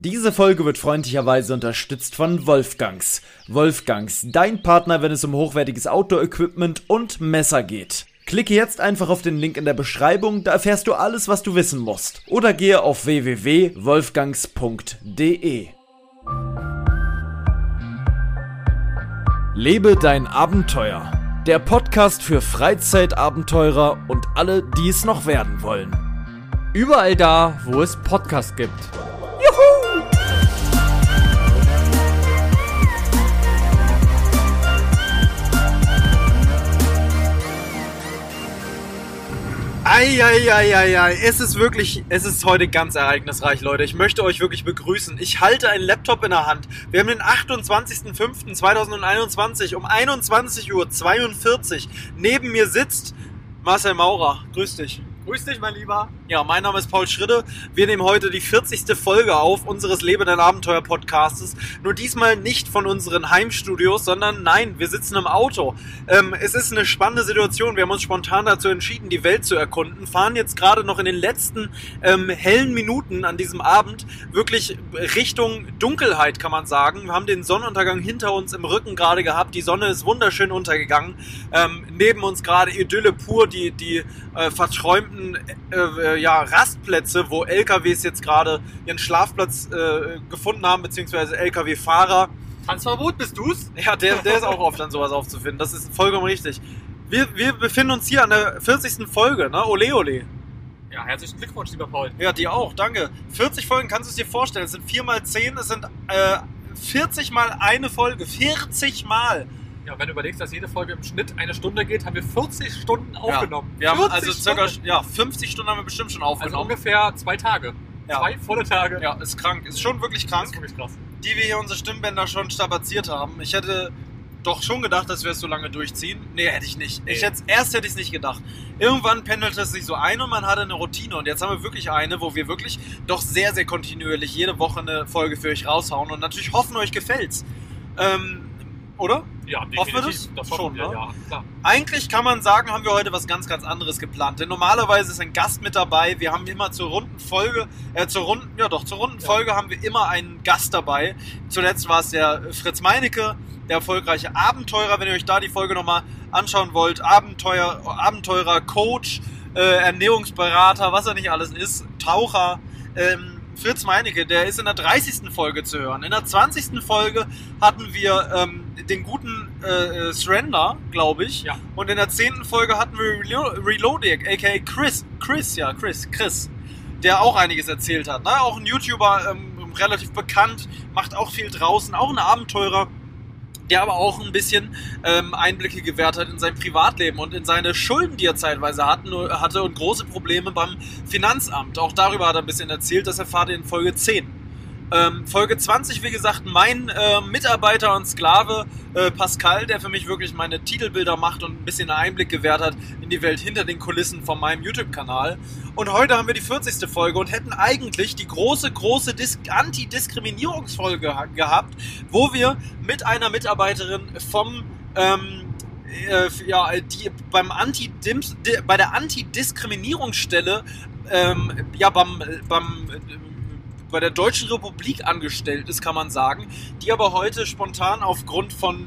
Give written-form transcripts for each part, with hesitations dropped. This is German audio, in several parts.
Diese Folge wird freundlicherweise unterstützt von Wolfgangs. Wolfgangs, dein Partner, wenn es um hochwertiges Outdoor-Equipment und Messer geht. Klicke jetzt einfach auf den Link in der Beschreibung, da erfährst du alles, was du wissen musst. Oder gehe auf www.wolfgangs.de. Lebe dein Abenteuer. Der Podcast für Freizeitabenteurer und alle, die es noch werden wollen. Überall da, wo es Podcasts gibt. Eieieiei, es ist heute ganz ereignisreich, Leute. Ich möchte euch wirklich begrüßen. Ich halte einen Laptop in der Hand. Wir haben den 28.05.2021 um 21:42 Uhr. Neben mir sitzt Marcel Maurer. Grüß dich. Grüß dich, mein Lieber. Ja, mein Name ist Paul Schridde. Wir nehmen heute die 40. Folge auf unseres Lebe dein Abenteuer Podcastes. Nur diesmal nicht von unseren Heimstudios, sondern nein, wir sitzen im Auto. Es ist eine spannende Situation. Wir haben uns spontan dazu entschieden, die Welt zu erkunden. Fahren jetzt gerade noch in den letzten hellen Minuten an diesem Abend wirklich Richtung Dunkelheit, kann man sagen. Wir haben den Sonnenuntergang hinter uns im Rücken gerade gehabt. Die Sonne ist wunderschön untergegangen. Neben uns gerade Idylle pur, die verträumten Rastplätze, wo LKWs jetzt gerade ihren Schlafplatz gefunden haben, beziehungsweise LKW-Fahrer. Tanzverbot, bist du's? Ja, der ist auch oft an sowas aufzufinden. Das ist vollkommen richtig. Wir befinden uns hier an der 40. Folge, ne? Ole, ole. Ja, herzlichen Glückwunsch, lieber Paul. Ja, dir auch, danke. 40 Folgen, kannst du es dir vorstellen? Es sind 4 mal 10, es sind 40 mal eine Folge. 40 mal! Ja, wenn du überlegst, dass jede Folge im Schnitt eine Stunde geht, haben wir 40 Stunden aufgenommen. Ja, wir haben also circa 50 Stunden haben wir bestimmt schon aufgenommen. Also ungefähr 2 Tage. Ja. 2 volle Tage. Ja, ist krank. Ist schon wirklich krank. Das ist wirklich krass. Die wir hier unsere Stimmbänder schon strapaziert haben. Ich hätte doch schon gedacht, dass wir es so lange durchziehen. Nee, hätte ich nicht. Nee. Erst hätte ich es nicht gedacht. Irgendwann pendelt es sich so ein und man hatte eine Routine. Und jetzt haben wir wirklich eine, wo wir wirklich doch sehr, sehr kontinuierlich jede Woche eine Folge für euch raushauen. Und natürlich hoffen, euch gefällt's. Oder? Ja, hoffen wir definitiv. das? Schon, ne? Ja, klar. Eigentlich kann man sagen, haben wir heute was ganz, ganz anderes geplant. Denn normalerweise ist ein Gast mit dabei. Wir haben immer zur runden Folge haben wir immer einen Gast dabei. Zuletzt war es der Fritz Meinecke, der erfolgreiche Abenteurer. Wenn ihr euch da die Folge nochmal anschauen wollt, Abenteurer, Coach, Ernährungsberater, was er nicht alles ist, Taucher, Fritz Meinecke, der ist in der 30. Folge zu hören. In der 20. Folge hatten wir den guten Surrender, glaube ich. Ja. Und in der 10. Folge hatten wir Reloading, a.k.a. Chris, der auch einiges erzählt hat. Ne? Auch ein YouTuber, relativ bekannt, macht auch viel draußen, auch ein Abenteurer, der aber auch ein bisschen Einblicke gewährt hat in sein Privatleben und in seine Schulden, die er zeitweise hatte und große Probleme beim Finanzamt. Auch darüber hat er ein bisschen erzählt, das erfahrt ihr in Folge 10. Folge 20, wie gesagt, mein Mitarbeiter und Sklave Pascal, der für mich wirklich meine Titelbilder macht und ein bisschen einen Einblick gewährt hat in die Welt hinter den Kulissen von meinem YouTube-Kanal. Und heute haben wir die 40. Folge und hätten eigentlich die große Anti-Diskriminierungsfolge gehabt, wo wir mit einer Mitarbeiterin vom bei der Anti-Diskriminierungsstelle bei der Deutschen Republik angestellt ist, kann man sagen, die aber heute spontan aufgrund von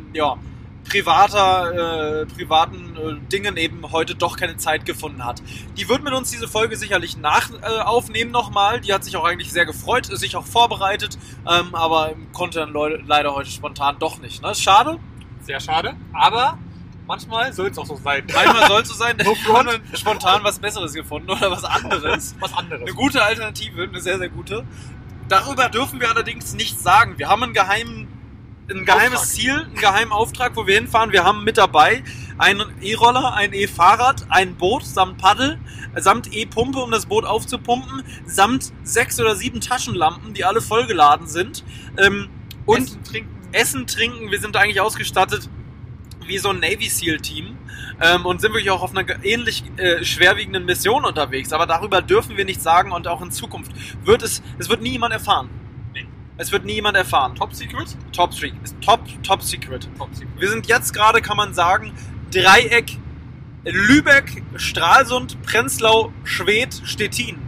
privaten Dingen eben heute doch keine Zeit gefunden hat. Die wird mit uns diese Folge sicherlich aufnehmen nochmal. Die hat sich auch eigentlich sehr gefreut, ist sich auch vorbereitet, aber konnte dann leider heute spontan doch nicht. Ne? Schade? Sehr schade, aber manchmal soll es auch so sein. Manchmal soll es so sein, wir haben spontan was Besseres gefunden oder was anderes. Eine gute Alternative, eine sehr, sehr gute. Darüber dürfen wir allerdings nichts sagen. Wir haben ein geheimes Ziel, einen geheimen Auftrag, wo wir hinfahren. Wir haben mit dabei einen E-Roller, ein E-Fahrrad, ein Boot samt Paddel, samt E-Pumpe, um das Boot aufzupumpen, samt 6 oder 7 Taschenlampen, die alle vollgeladen sind. Und Essen, Trinken. Wir sind eigentlich ausgestattet wie so ein Navy SEAL Team und sind wirklich auch auf einer ähnlich schwerwiegenden Mission unterwegs. Aber darüber dürfen wir nichts sagen und auch in Zukunft wird nie jemand erfahren. Nee. Es wird nie jemand erfahren. Top Secret? Top Secret. Wir sind jetzt gerade, kann man sagen, Dreieck Lübeck, Stralsund, Prenzlau, Schwedt, Stettin.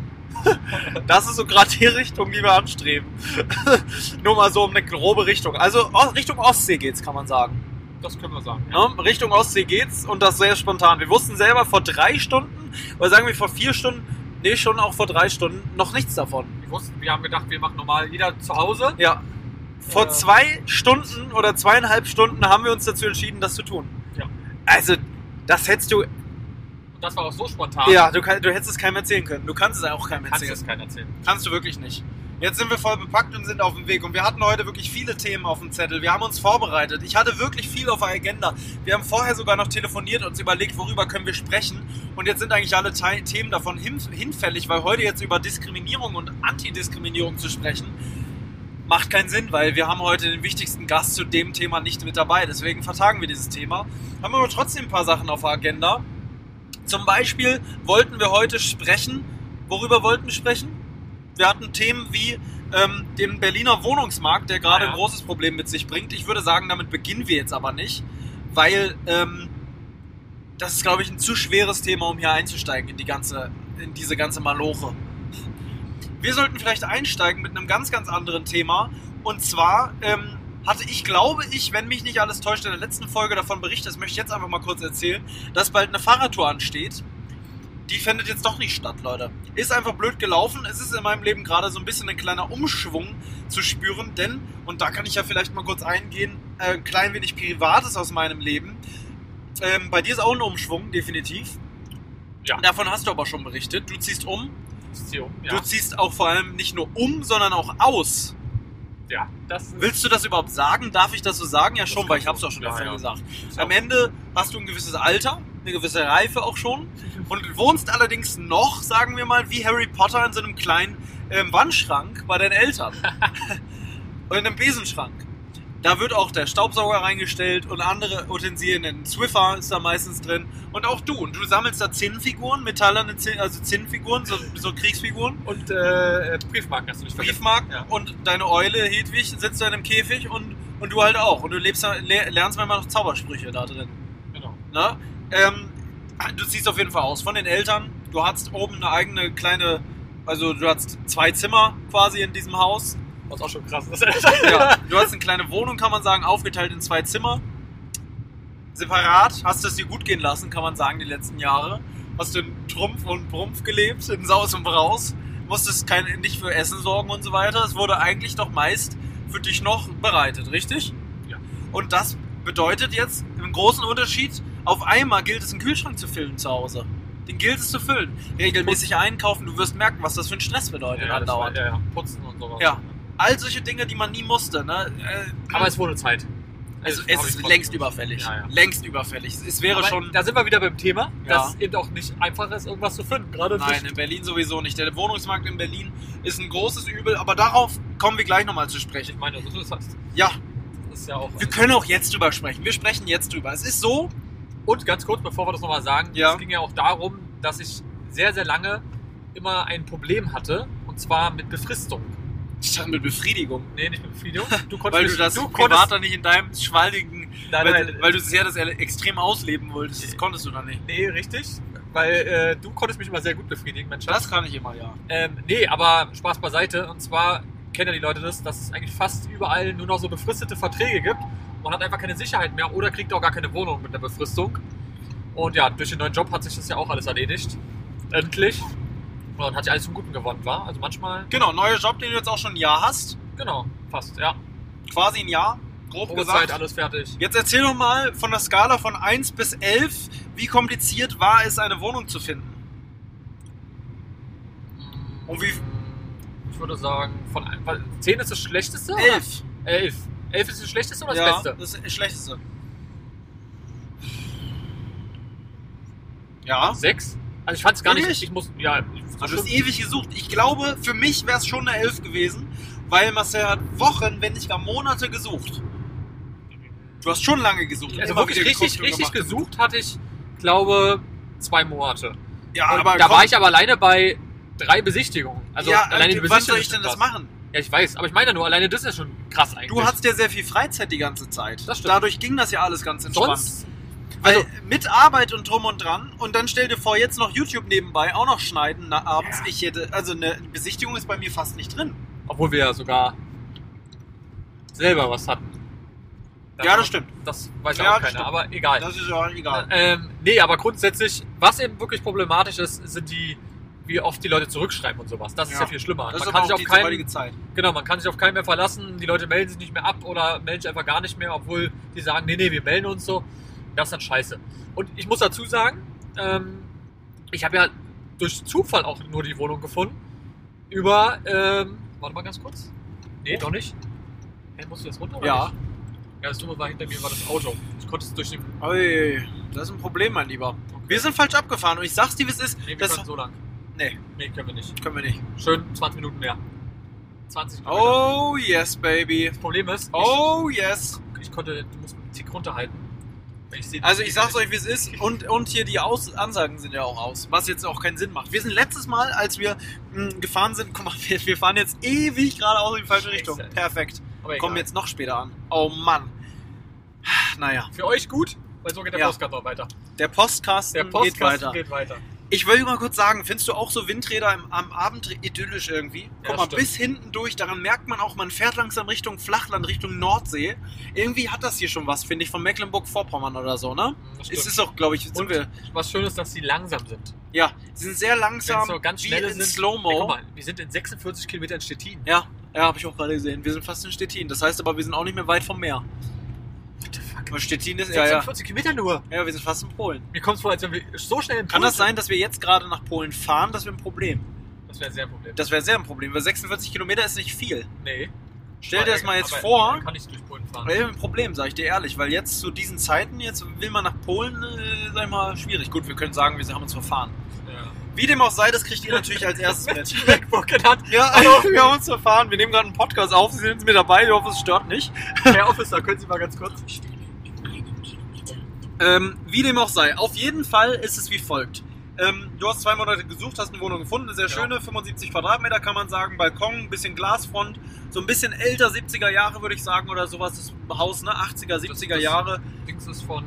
Das ist so gerade die Richtung, die wir anstreben. Nur mal so um eine grobe Richtung. Also Richtung Ostsee geht's, kann man sagen. Das können wir sagen. Ja, Richtung Ostsee geht's und das sehr spontan. Wir wussten selber vor 3 Stunden, oder sagen wir vor 4 Stunden, nee, schon auch vor 3 Stunden, noch nichts davon. Wir haben gedacht, wir machen normal jeder zu Hause. Ja. Vor 2 Stunden oder 2,5 Stunden haben wir uns dazu entschieden, das zu tun. Ja. Also, das hättest du... Und das war auch so spontan. Ja, du hättest es keinem erzählen können. Du kannst es auch keinem Kannst erzählen. es keinem erzählen. Kannst du wirklich nicht. Jetzt sind wir voll bepackt und sind auf dem Weg. Und wir hatten heute wirklich viele Themen auf dem Zettel. Wir haben uns vorbereitet. Ich hatte wirklich viel auf der Agenda. Wir haben vorher sogar noch telefoniert und uns überlegt, worüber können wir sprechen. Und jetzt sind eigentlich alle Themen davon hinfällig, weil heute jetzt über Diskriminierung und Antidiskriminierung zu sprechen, macht keinen Sinn, weil wir haben heute den wichtigsten Gast zu dem Thema nicht mit dabei. Deswegen vertagen wir dieses Thema. Haben aber trotzdem ein paar Sachen auf der Agenda. Zum Beispiel wollten wir heute sprechen. Worüber wollten wir sprechen? Wir hatten Themen wie den Berliner Wohnungsmarkt, der gerade ein großes Problem mit sich bringt. Ich würde sagen, damit beginnen wir jetzt aber nicht, weil das ist, glaube ich, ein zu schweres Thema, um hier einzusteigen in diese ganze Maloche. Wir sollten vielleicht einsteigen mit einem ganz, ganz anderen Thema. Und zwar hatte ich, glaube ich, wenn mich nicht alles täuscht, in der letzten Folge davon berichtet, das möchte ich jetzt einfach mal kurz erzählen, dass bald eine Fahrradtour ansteht. Die findet jetzt doch nicht statt, Leute. Ist einfach blöd gelaufen. Es ist in meinem Leben gerade so ein bisschen ein kleiner Umschwung zu spüren, denn, und da kann ich ja vielleicht mal kurz eingehen, ein klein wenig Privates aus meinem Leben. Bei dir ist auch ein Umschwung, definitiv. Ja. Davon hast du aber schon berichtet. Du ziehst um. Ja. Du ziehst auch vor allem nicht nur um, sondern auch aus. Ja, das ist... Willst du das überhaupt sagen? Darf ich das so sagen? Ja schon, weil ich hab's auch schon öfter gesagt. Am Ende hast du ein gewisses Alter, eine gewisse Reife auch schon und wohnst allerdings noch, sagen wir mal, wie Harry Potter in so einem kleinen Wandschrank bei deinen Eltern. Oder in einem Besenschrank. Da wird auch der Staubsauger reingestellt und andere Utensilien. Ein Swiffer ist da meistens drin. Und auch du. Und du sammelst da Zinnfiguren, metallerne Zinnfiguren, so Kriegsfiguren. Und Briefmarken hast du nicht vergessen. Briefmarken. Ja. Und deine Eule Hedwig sitzt da in einem Käfig und du halt auch. Und du lernst manchmal noch Zaubersprüche da drin. Genau. Na? Du siehst auf jeden Fall aus von den Eltern. Du hast oben eine eigene kleine, also du hast 2 Zimmer quasi in diesem Haus. Was auch schon krass ist. Ja, du hast eine kleine Wohnung, kann man sagen, aufgeteilt in 2 Zimmer. Separat hast du es dir gut gehen lassen, kann man sagen, die letzten Jahre. Hast du in Trumpf und Prumpf gelebt, in Saus und Braus. Musstest nicht für Essen sorgen und so weiter. Es wurde eigentlich doch meist für dich noch bereitet, richtig? Ja. Und das bedeutet jetzt einen großen Unterschied. Auf einmal gilt es, einen Kühlschrank zu füllen zu Hause. Den gilt es zu füllen. Regelmäßig einkaufen, du wirst merken, was das für einen Stress bedeutet andauernd. Ja, putzen und sowas. Ja. All solche Dinge, die man nie musste. Ne? Aber es wurde Zeit. Es ist längst überfällig. Ja. Längst überfällig. Es wäre aber schon... Da sind wir wieder beim Thema, Ja. dass es eben auch nicht einfach ist, irgendwas zu finden. Gerade Nein, in Berlin sowieso nicht. Der Wohnungsmarkt in Berlin ist ein großes Übel, aber darauf kommen wir gleich nochmal zu sprechen. Ich meine, so ist das. Ja, Das ist ja auch... wir können auch jetzt drüber sprechen. Wir sprechen jetzt drüber. Es ist so... Und ganz kurz, bevor wir das nochmal sagen, Ja. es ging ja auch darum, dass ich sehr, sehr lange immer ein Problem hatte, und zwar mit Befristung. Ich dachte mit Befriedigung. Nee, nicht mit Befriedigung. Weil du das privater nicht in deinem schwaldigen... Weil du sehr das extrem ausleben wolltest. Das konntest du dann nicht. Nee, richtig. Weil du konntest mich immer sehr gut befriedigen, Mensch. Das kann ich immer, ja. Nee, aber Spaß beiseite. Und zwar kennen ja die Leute das, dass es eigentlich fast überall nur noch so befristete Verträge gibt. Man hat einfach keine Sicherheit mehr oder kriegt auch gar keine Wohnung mit der Befristung. Und ja, durch den neuen Job hat sich das ja auch alles erledigt. Endlich. Und hat sich alles zum Guten gewonnen, war. Also manchmal... Genau, neuer Job, den du jetzt auch schon ein Jahr hast. Genau, fast, ja. Quasi ein Jahr, grob Probezeit, gesagt. alles fertig. Jetzt erzähl doch mal von der Skala von 1 bis 11, wie kompliziert war es, eine Wohnung zu finden? Und wie... Ich würde sagen, von 10 ist das Schlechteste? 11. 11. 11 ist das Schlechteste oder das Ja, Beste? das ist das Schlechteste. Ja. 6? Also ich fand es gar Ehrlich? nicht... Ich muss... Ja, Also du hast ewig gesucht. Ich glaube, für mich wäre es schon eine 11 gewesen, weil Marcel hat Wochen, wenn nicht gar Monate gesucht. Du hast schon lange gesucht. also Immer wirklich wieder richtig, geguckt und richtig gemacht. gesucht hatte ich, glaube 2 Monate. Ja, Und aber da komm, war ich aber alleine bei 3 Besichtigungen. Also ja, alleine die wann Besichtigung soll ich ist denn schon das krass. machen? Ja, ich weiß, aber ich meine nur, alleine das ist ja schon krass eigentlich. Du hattest ja sehr viel Freizeit die ganze Zeit. Das stimmt. Dadurch ging das ja alles ganz entspannt. Sonst Weil mit Arbeit und drum und dran und dann stell dir vor, jetzt noch YouTube nebenbei, auch noch schneiden abends. Also eine Besichtigung ist bei mir fast nicht drin. Obwohl wir ja sogar selber was hatten. Ja, das stimmt. Das weiß ja auch keiner, stimmt. aber egal. Das ist ja egal. Nee, aber grundsätzlich, was eben wirklich problematisch ist, sind wie oft die Leute zurückschreiben und sowas. Das ist ja viel schlimmer. Das man ist kann aber sich auch auf die heutige Zeit. Genau, man kann sich auf keinen mehr verlassen. Die Leute melden sich nicht mehr ab oder melden sich einfach gar nicht mehr, obwohl die sagen, nee, wir melden uns so. Das ist dann scheiße. Und ich muss dazu sagen, ich habe ja durch Zufall auch nur die Wohnung gefunden. Über, warte mal ganz kurz. Nee, doch nicht. Hey, musst du jetzt runter? Oder Ja. nicht? Ja, das Dumme war, hinter mir war das Auto. Ich konnte es durch den... Ui, das ist ein Problem, mein Lieber. Okay. Wir sind falsch abgefahren und ich sag's dir, wie es ist. Nee, wir können so lang. Nee, Nee, können wir nicht. können wir nicht. Schön 20 Minuten mehr. 20 Minuten. Oh yes, baby. Das Problem ist, Oh yes. du musst mit dem Tick runterhalten. Also ich sag's euch, wie es ist. Und hier die Ansagen sind ja auch aus. Was jetzt auch keinen Sinn macht. Wir sind letztes Mal, als wir gefahren sind, guck mal, wir fahren jetzt ewig geradeaus in die falsche Richtung. Perfekt. Kommen jetzt noch später an. Oh Mann. Naja. Für euch gut, weil so geht der Postcast noch weiter. Der Postkasten geht weiter. Ich will mal kurz sagen, findest du auch so Windräder am Abend idyllisch irgendwie? Guck mal, stimmt. bis hinten durch, daran merkt man auch, man fährt langsam Richtung Flachland, Richtung Nordsee. Irgendwie hat das hier schon was, finde ich, von Mecklenburg-Vorpommern oder so, ne? Das Es stimmt. ist auch, glaube ich, Und was schön ist, dass sie langsam sind. ja, sie sind sehr langsam, Wenn so ganz wie schnelle in sind. Slow-Mo. Ey, guck mal, wir sind in 46 Kilometern in Stettin. Ja, habe ich auch gerade gesehen. Wir sind fast in Stettin. Das heißt aber, wir sind auch nicht mehr weit vom Meer. What the fuck? Aber Stettin ist, 46 Kilometer nur. Ja, wir sind fast in Polen. Mir kommt es vor, als wenn wir so schnell in Kann Polen das sein, dass wir jetzt gerade nach Polen fahren? Das wäre ein Problem. sind? Das wäre sehr ein Problem. Das wäre sehr ein Problem, weil 46 Kilometer ist nicht viel. Nee. Stell dir das mal jetzt Aber vor. man kann nicht durch Polen fahren. Ein Problem, sage ich dir ehrlich, weil jetzt zu diesen Zeiten, jetzt will man nach Polen, sag ich mal, schwierig. Gut, wir können sagen, wir haben uns verfahren. Ja. Wie dem auch sei, das kriegt ihr natürlich als erstes mit. MacBook genannt. Ja, also, wir haben uns verfahren. Wir nehmen gerade einen Podcast auf. Sie sind mit dabei. Ich hoffe, es stört nicht. Herr Officer, können Sie mal ganz kurz? Wie dem auch sei. Auf jeden Fall ist es wie folgt. Du hast 2 Monate gesucht, hast eine Wohnung gefunden, eine sehr schöne, 75 Quadratmeter kann man sagen, Balkon, ein bisschen Glasfront, so ein bisschen älter, 70er Jahre würde ich sagen oder sowas, das Haus, ne, 80er, 70er Jahre. Dings ist von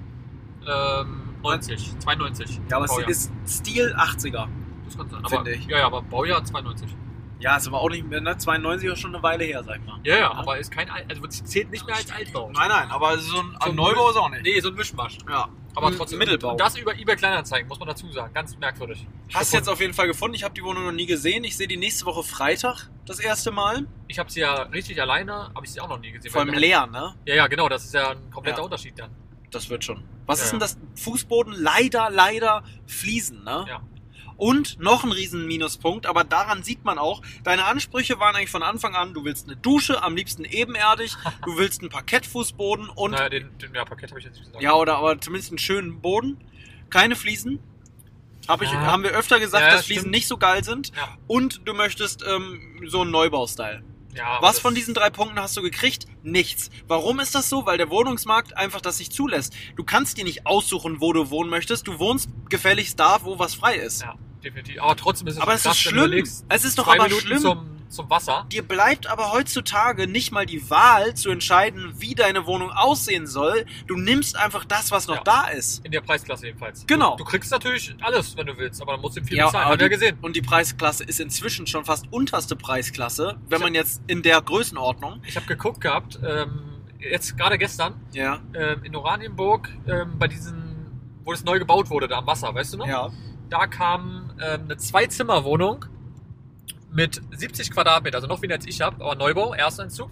92. Ja, aber Baujahr. es ist Stil 80er. Das kann sein. finde ich. Ja, aber Baujahr 92. Ja, ist aber auch nicht mehr, ne, 92 ist schon eine Weile her, sag ich mal. Ja, aber ist kein also zählt nicht mehr als Altbau. Nein, aber so ein So ein Neubau ist auch nicht. Nee, so ein Mischmasch. Ja, Aber trotzdem. Mittelbau. Und das über eBay Kleinanzeigen, muss man dazu sagen. Ganz merkwürdig. Hast jetzt auf jeden Fall gefunden, ich habe die Wohnung noch nie gesehen. Ich sehe die nächste Woche Freitag das erste Mal. Ich habe sie ja richtig alleine, habe ich sie auch noch nie gesehen. Vor allem Weil- leer, ne? Ja, genau, das ist ja ein kompletter Ja. Unterschied dann. Das wird schon. Was Ja, ist denn ja. das? Fußboden? Leider Fliesen, ne? Ja. Und noch ein riesen Minuspunkt, aber daran sieht man auch, deine Ansprüche waren eigentlich von Anfang an, du willst eine Dusche, am liebsten ebenerdig, du willst einen Parkettfußboden und, Naja, den Parkett habe ich jetzt nicht gesagt. ja, oder aber zumindest einen schönen Boden, keine Fliesen. Haben wir öfter gesagt, Ja, dass Fliesen stimmt. nicht so geil sind. Ja. Und du möchtest so einen Neubau-Style. Ja, aber Was das- von diesen 3 Punkten hast du gekriegt? Nichts. Warum ist das so? Weil der Wohnungsmarkt einfach das nicht zulässt. Du kannst dir nicht aussuchen, wo du wohnen möchtest. Du wohnst gefälligst da, wo was frei ist. Ja, definitiv. Aber trotzdem ist es Aber schon es krass, ist wenn du schlimm. überlegst, Es ist doch 2 aber Minuten schlimm. zum Wasser. Dir bleibt aber heutzutage nicht mal die Wahl zu entscheiden, wie deine Wohnung aussehen soll. Du nimmst einfach das, was noch Ja. da ist. In der Preisklasse jedenfalls. Genau. Du kriegst natürlich alles, wenn du willst, aber dann musst du viel Ja, bezahlen. aber Haben wir ja gesehen. Und die Preisklasse ist inzwischen schon fast unterste Preisklasse, wenn Ich man jetzt in der Größenordnung. Ich habe geguckt gehabt, jetzt gerade gestern, Ja. in Oranienburg, bei diesen, wo das neu gebaut wurde, da am Wasser, weißt du noch? Ja. Da kam eine 2-Zimmer-Wohnung mit 70 Quadratmeter, also noch weniger als ich habe, aber Neubau, Ersteinzug,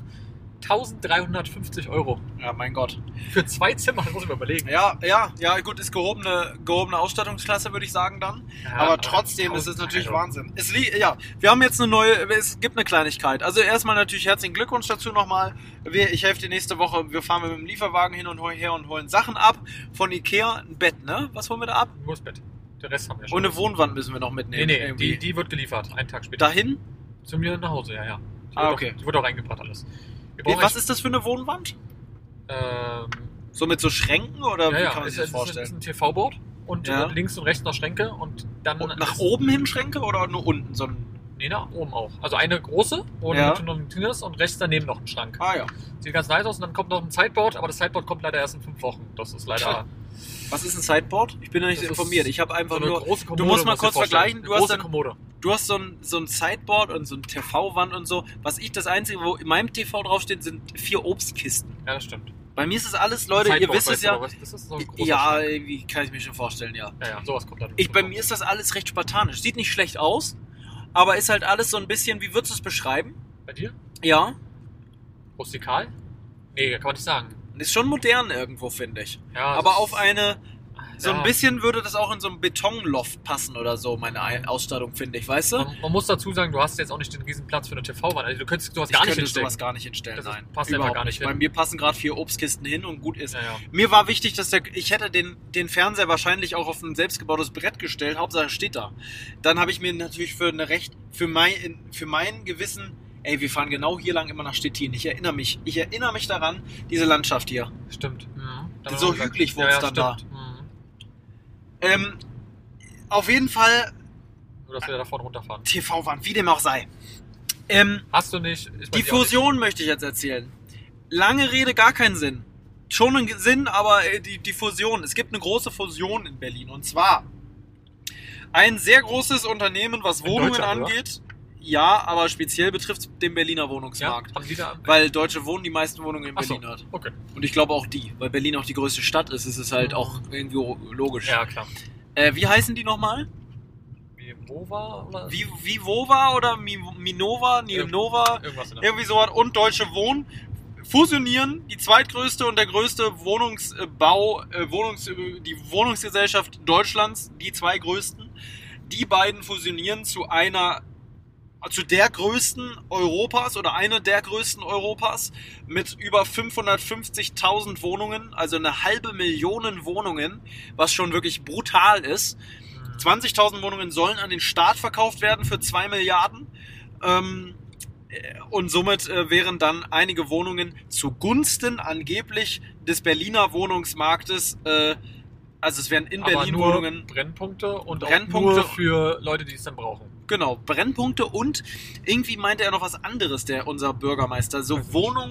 1.350 €. Ja, mein Gott. Für 2 Zimmer, das muss ich mir überlegen. Ja, gut, ist gehobene Ausstattungsklasse, würde ich sagen dann. Ja, aber trotzdem ist es 1.000 natürlich €. Wahnsinn. Wir haben jetzt es gibt eine Kleinigkeit. Also erstmal natürlich herzlichen Glückwunsch dazu nochmal. Ich helfe dir nächste Woche, wir fahren mit dem Lieferwagen hin und her und holen Sachen ab. Von Ikea ein Bett, ne? Was holen wir da ab? Nur das Bett. Der Rest haben wir schon. Und eine Wohnwand müssen wir noch mitnehmen. Nee, irgendwie. die wird geliefert, einen Tag später. Dahin? Zu mir nach Hause, ja. Die Ah, wird okay. Die wird auch reingebracht alles. Wir brauchen Was ist das für eine Wohnwand? echt, So mit so Schränken oder wie kann man sich das ist vorstellen? ein TV-Board und Ja. links und rechts noch Schränke und dann Und nach ist- oben hin Schränke oder nur unten so ein... Nee, nach oben auch. Also eine große, wo Ja. noch ein drin ist und rechts daneben noch ein Schrank. Ah ja. Sieht ganz nice aus und dann kommt noch ein Sideboard, aber das Sideboard kommt leider erst in 5 Wochen. Das ist leider Was ist ein Sideboard? Ich bin noch nicht informiert. Ich habe einfach so nur... große Kommode, du musst mal kurz vergleichen. Du hast so ein Sideboard und so ein TV-Wand und so. Was das Einzige, wo in meinem TV draufsteht, sind 4 Obstkisten. Ja, das stimmt. Bei mir ist es alles, Leute, ihr wisst es ja. Das ist so ein großer ja, irgendwie kann ich mir schon vorstellen, ja. Ja, sowas kommt da. Bei mir ist das alles recht spartanisch. Sieht nicht schlecht aus, aber ist halt alles so ein bisschen, wie würdest du es beschreiben? Bei dir? Ja. Rustikal? Nee, kann man nicht sagen. Ist schon modern irgendwo, finde ich. Ja, aber auf eine... So ein bisschen würde das auch in so einem Betonloft passen oder so, meine Ausstattung, finde ich, weißt du? Man muss dazu sagen, du hast jetzt auch nicht den riesen Platz für eine TV-Wand. Also du könntest sowas gar nicht hinstellen. Sowas gar nicht hinstellen, nein. Passt einfach gar nicht hin. Bei mir passen gerade 4 Obstkisten hin und gut ist. Ja. Mir war wichtig, dass ich hätte den Fernseher wahrscheinlich auch auf ein selbstgebautes Brett gestellt, Hauptsache steht da. Dann habe ich mir natürlich für mein Gewissen, wir fahren genau hier lang immer nach Stettin. Ich erinnere mich daran, diese Landschaft hier. Stimmt. Mhm. So hügelig wurde es dann da. Mhm. Auf jeden Fall. Nur, dass wir davon runterfahren. TV-Wand, wie dem auch sei. Hast du nicht. Die Fusion möchte ich jetzt erzählen. Lange Rede, gar keinen Sinn. Schon einen Sinn, aber die Fusion. Es gibt eine große Fusion in Berlin. Und zwar ein sehr großes Unternehmen, was Wohnungen angeht. Oder? Ja, aber speziell betrifft es den Berliner Wohnungsmarkt. Ja, haben Sie da weil Deutsche Wohnen die meisten Wohnungen in Berlin hat. Okay. Und ich glaube auch weil Berlin auch die größte Stadt ist, ist es halt auch irgendwie logisch. Ja, klar. Wie heißen die nochmal? Vivova oder? Vivova oder Minova, Ninova, irgendwie sowas. Und Deutsche Wohnen fusionieren, die zweitgrößte und der größte die Wohnungsgesellschaft Deutschlands, die 2 größten. Die beiden fusionieren zu der größten Europas oder eine der größten Europas mit über 550.000 Wohnungen, also 500.000 Wohnungen, was schon wirklich brutal ist. 20.000 Wohnungen sollen an den Staat verkauft werden für 2 Milliarden. Und somit wären dann einige Wohnungen zugunsten angeblich des Berliner Wohnungsmarktes, also es wären in Berlin nur Wohnungen... Brennpunkte und auch nur für Leute, die es dann brauchen. Genau, Brennpunkte und irgendwie meinte er noch was anderes, unser Bürgermeister. So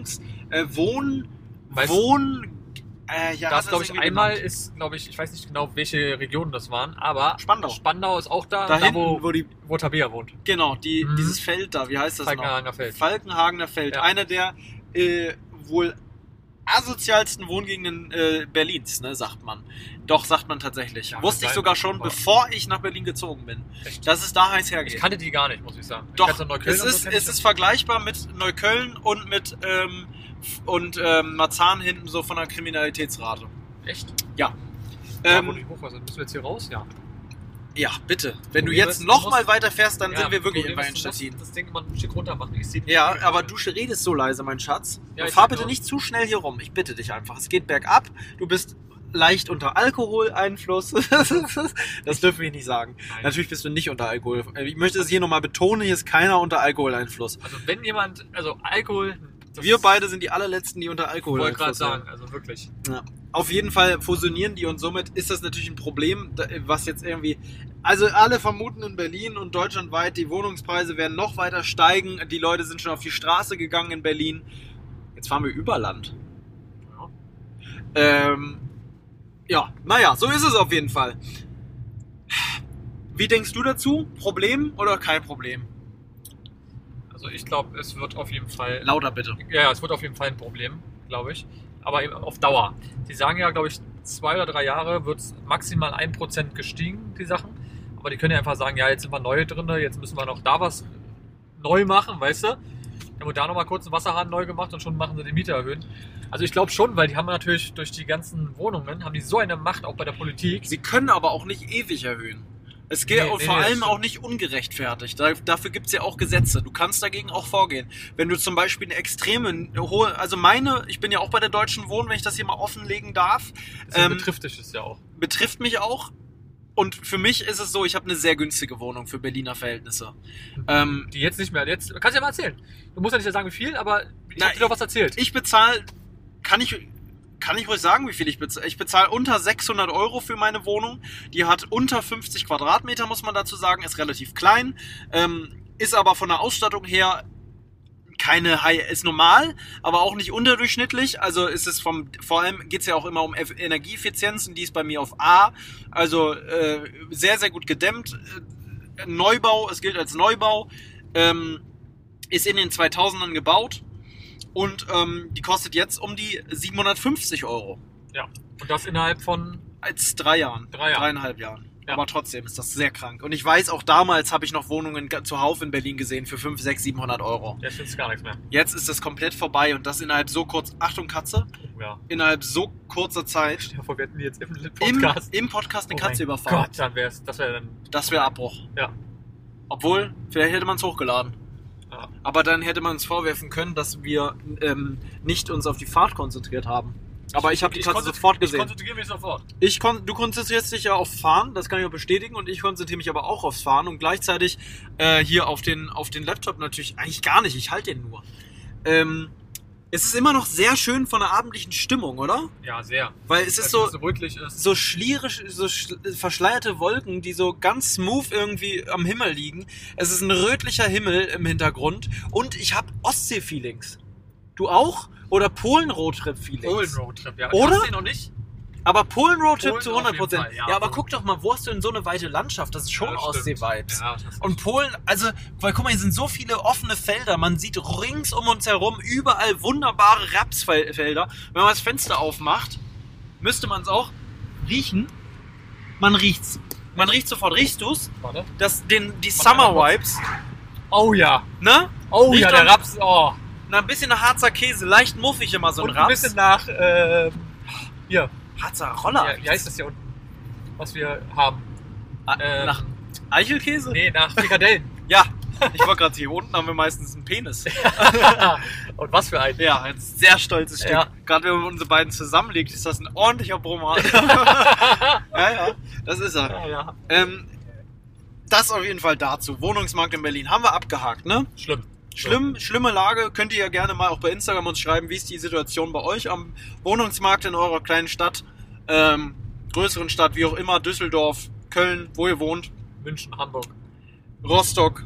das glaube ich einmal ist, glaube ich weiß nicht genau, welche Regionen das waren, aber Spandau ist auch da wo Tabea wohnt. Genau, dieses Feld da, wie heißt das noch? Falkenhagener Feld. Ja. Einer der wohl asozialsten Wohngegenden Berlins, ne, sagt man. Doch, sagt man tatsächlich. Ja, wusste ich sogar schon, bevor ich nach Berlin gezogen bin. Echt? Dass es da heiß hergeht. Ich kannte die gar nicht, muss ich sagen. Doch, es ist vergleichbar mit Neukölln und mit Marzahn hinten so von der Kriminalitätsrate. Echt? Ja. Wo die Hochhäuser, müssen wir jetzt hier raus? Ja. Ja, bitte. Wenn du jetzt nochmal weiter fährst, dann sind wir wirklich in Weinstein. Das Ding mal ein Stück runter machen. Ja, aber du redest so leise, mein Schatz. Ja, fahr bitte nicht zu schnell hier rum. Ich bitte dich einfach. Es geht bergab. Du bist leicht unter Alkoholeinfluss. Das dürfen wir nicht sagen. Nein. Natürlich bist du nicht unter Alkohol. Ich möchte es hier nochmal betonen, hier ist keiner unter Alkoholeinfluss. Also wenn jemand, Alkohol... Wir beide sind die allerletzten, die unter Alkohol sind. Ich wollte gerade sagen, also wirklich. Ja. Auf jeden Fall fusionieren die und somit ist das natürlich ein Problem, was jetzt irgendwie... Also alle vermuten in Berlin und deutschlandweit, die Wohnungspreise werden noch weiter steigen. Die Leute sind schon auf die Straße gegangen in Berlin. Jetzt fahren wir über Land. Ja. So ist es auf jeden Fall. Wie denkst du dazu? Problem oder kein Problem? Also ich glaube, es wird auf jeden Fall... Lauter bitte. Ja, es wird auf jeden Fall ein Problem, glaube ich. Aber eben auf Dauer. Die sagen ja, glaube ich, 2 oder 3 Jahre wird es maximal 1% gestiegen, die Sachen. Aber die können ja einfach sagen, ja, jetzt sind wir neu drin, jetzt müssen wir noch da was neu machen, weißt du? Dann wird da nochmal kurz einen Wasserhahn neu gemacht und schon machen sie die Miete erhöhen. Also ich glaube schon, weil die haben natürlich durch die ganzen Wohnungen, haben die so eine Macht auch bei der Politik. Sie können aber auch nicht ewig erhöhen. Es geht vor allem auch nicht ungerechtfertigt. Dafür gibt es ja auch Gesetze. Du kannst dagegen auch vorgehen. Wenn du zum Beispiel eine extreme hohe... ich bin ja auch bei der Deutschen Wohnen, wenn ich das hier mal offenlegen darf. Betrifft dich das ja auch. Betrifft mich auch. Und für mich ist es so, ich habe eine sehr günstige Wohnung für Berliner Verhältnisse. Die jetzt nicht mehr... Kannst du ja mal erzählen. Du musst ja nicht sagen, wie viel, aber ich habe dir doch was erzählt. Ich bezahle... Kann ich ruhig sagen, wie viel ich bezahle? Ich bezahle unter 600 € für meine Wohnung. Die hat unter 50 Quadratmeter, muss man dazu sagen. Ist relativ klein. Ist aber von der Ausstattung her ist normal, aber auch nicht unterdurchschnittlich. Also ist es vor allem geht's ja auch immer um Energieeffizienz und die ist bei mir auf A. Also sehr, sehr gut gedämmt. Neubau, es gilt als Neubau. Ist in den 2000ern gebaut und die kostet jetzt um die 750 €. Ja, und das innerhalb von... Als 3 Jahren. 3,5 Jahren. Ja. Aber trotzdem ist das sehr krank. Und ich weiß, auch damals habe ich noch Wohnungen zuhauf in Berlin gesehen für 500, 600, 700 €. Jetzt ist gar nichts mehr. Jetzt ist das komplett vorbei und das innerhalb so kurz, Achtung Katze, Ja. innerhalb so kurzer Zeit Stell dir vor, wir hätten jetzt im Podcast... im Podcast eine Oh Katze mein überfahren. Gott, dann das wäre dann... Das wäre Abbruch. Ja. Obwohl, vielleicht hätte man es hochgeladen. Ja. Aber dann hätte man uns vorwerfen können, dass wir nicht uns auf die Fahrt konzentriert haben. Aber ich habe die Katze sofort gesehen. Ich konzentriere mich sofort. Du konzentrierst dich ja auf Fahren, das kann ich auch bestätigen, und ich konzentriere mich aber auch aufs Fahren und gleichzeitig hier auf den Laptop natürlich eigentlich gar nicht, ich halte den nur. Es ist immer noch sehr schön von der abendlichen Stimmung, oder? Ja, sehr. Weil es ist so brötlich ist. so schlierisch, verschleierte Wolken, die so ganz smooth irgendwie am Himmel liegen. Es ist ein rötlicher Himmel im Hintergrund und ich habe Ostsee-Feelings. Du auch? Oder Polen-Roadtrip-Feelings? Polen-Roadtrip, ja. Oder? Hast du den noch nicht? Aber Polen-Roadtrip Polen zu auf jeden 100%. Fall, Ja, ja. aber guck doch mal, wo hast du denn so eine weite Landschaft? Das ist schon Ja, das stimmt. Ostsee-Vibes. Ja, das ist Und Polen, also, weil guck mal, hier sind so viele offene Felder. Man sieht rings um uns herum überall wunderbare Rapsfelder. Wenn man das Fenster aufmacht, müsste man es auch riechen. Man riecht's. Man riecht sofort. Riechst du's? Warte. Die Summer Vibes. Oh ja. Ne? Oh Riecht ja, doch- der Raps. Oh. Na, ein bisschen nach Harzer Käse. Leicht muffig immer so ein Und Raps. ein bisschen nach, hier. Harzer Roller. Wie heißt das hier unten? Was wir haben? Nach Eichelkäse? Nee, nach Frikadellen. Ja. Ich wollte gerade hier unten haben wir meistens einen Penis. Und was für ein? Ja, ein sehr stolzes Stück. Ja. Gerade wenn man unsere beiden zusammenlegt, ist das ein ordentlicher Brummer. ja, das ist er. Ja. Das auf jeden Fall dazu. Wohnungsmarkt in Berlin haben wir abgehakt, ne? Schlimme Lage. Könnt ihr ja gerne mal auch bei Instagram uns schreiben, wie ist die Situation bei euch am Wohnungsmarkt in eurer kleinen Stadt, größeren Stadt, wie auch immer, Düsseldorf, Köln, wo ihr wohnt, München, Hamburg, Rostock,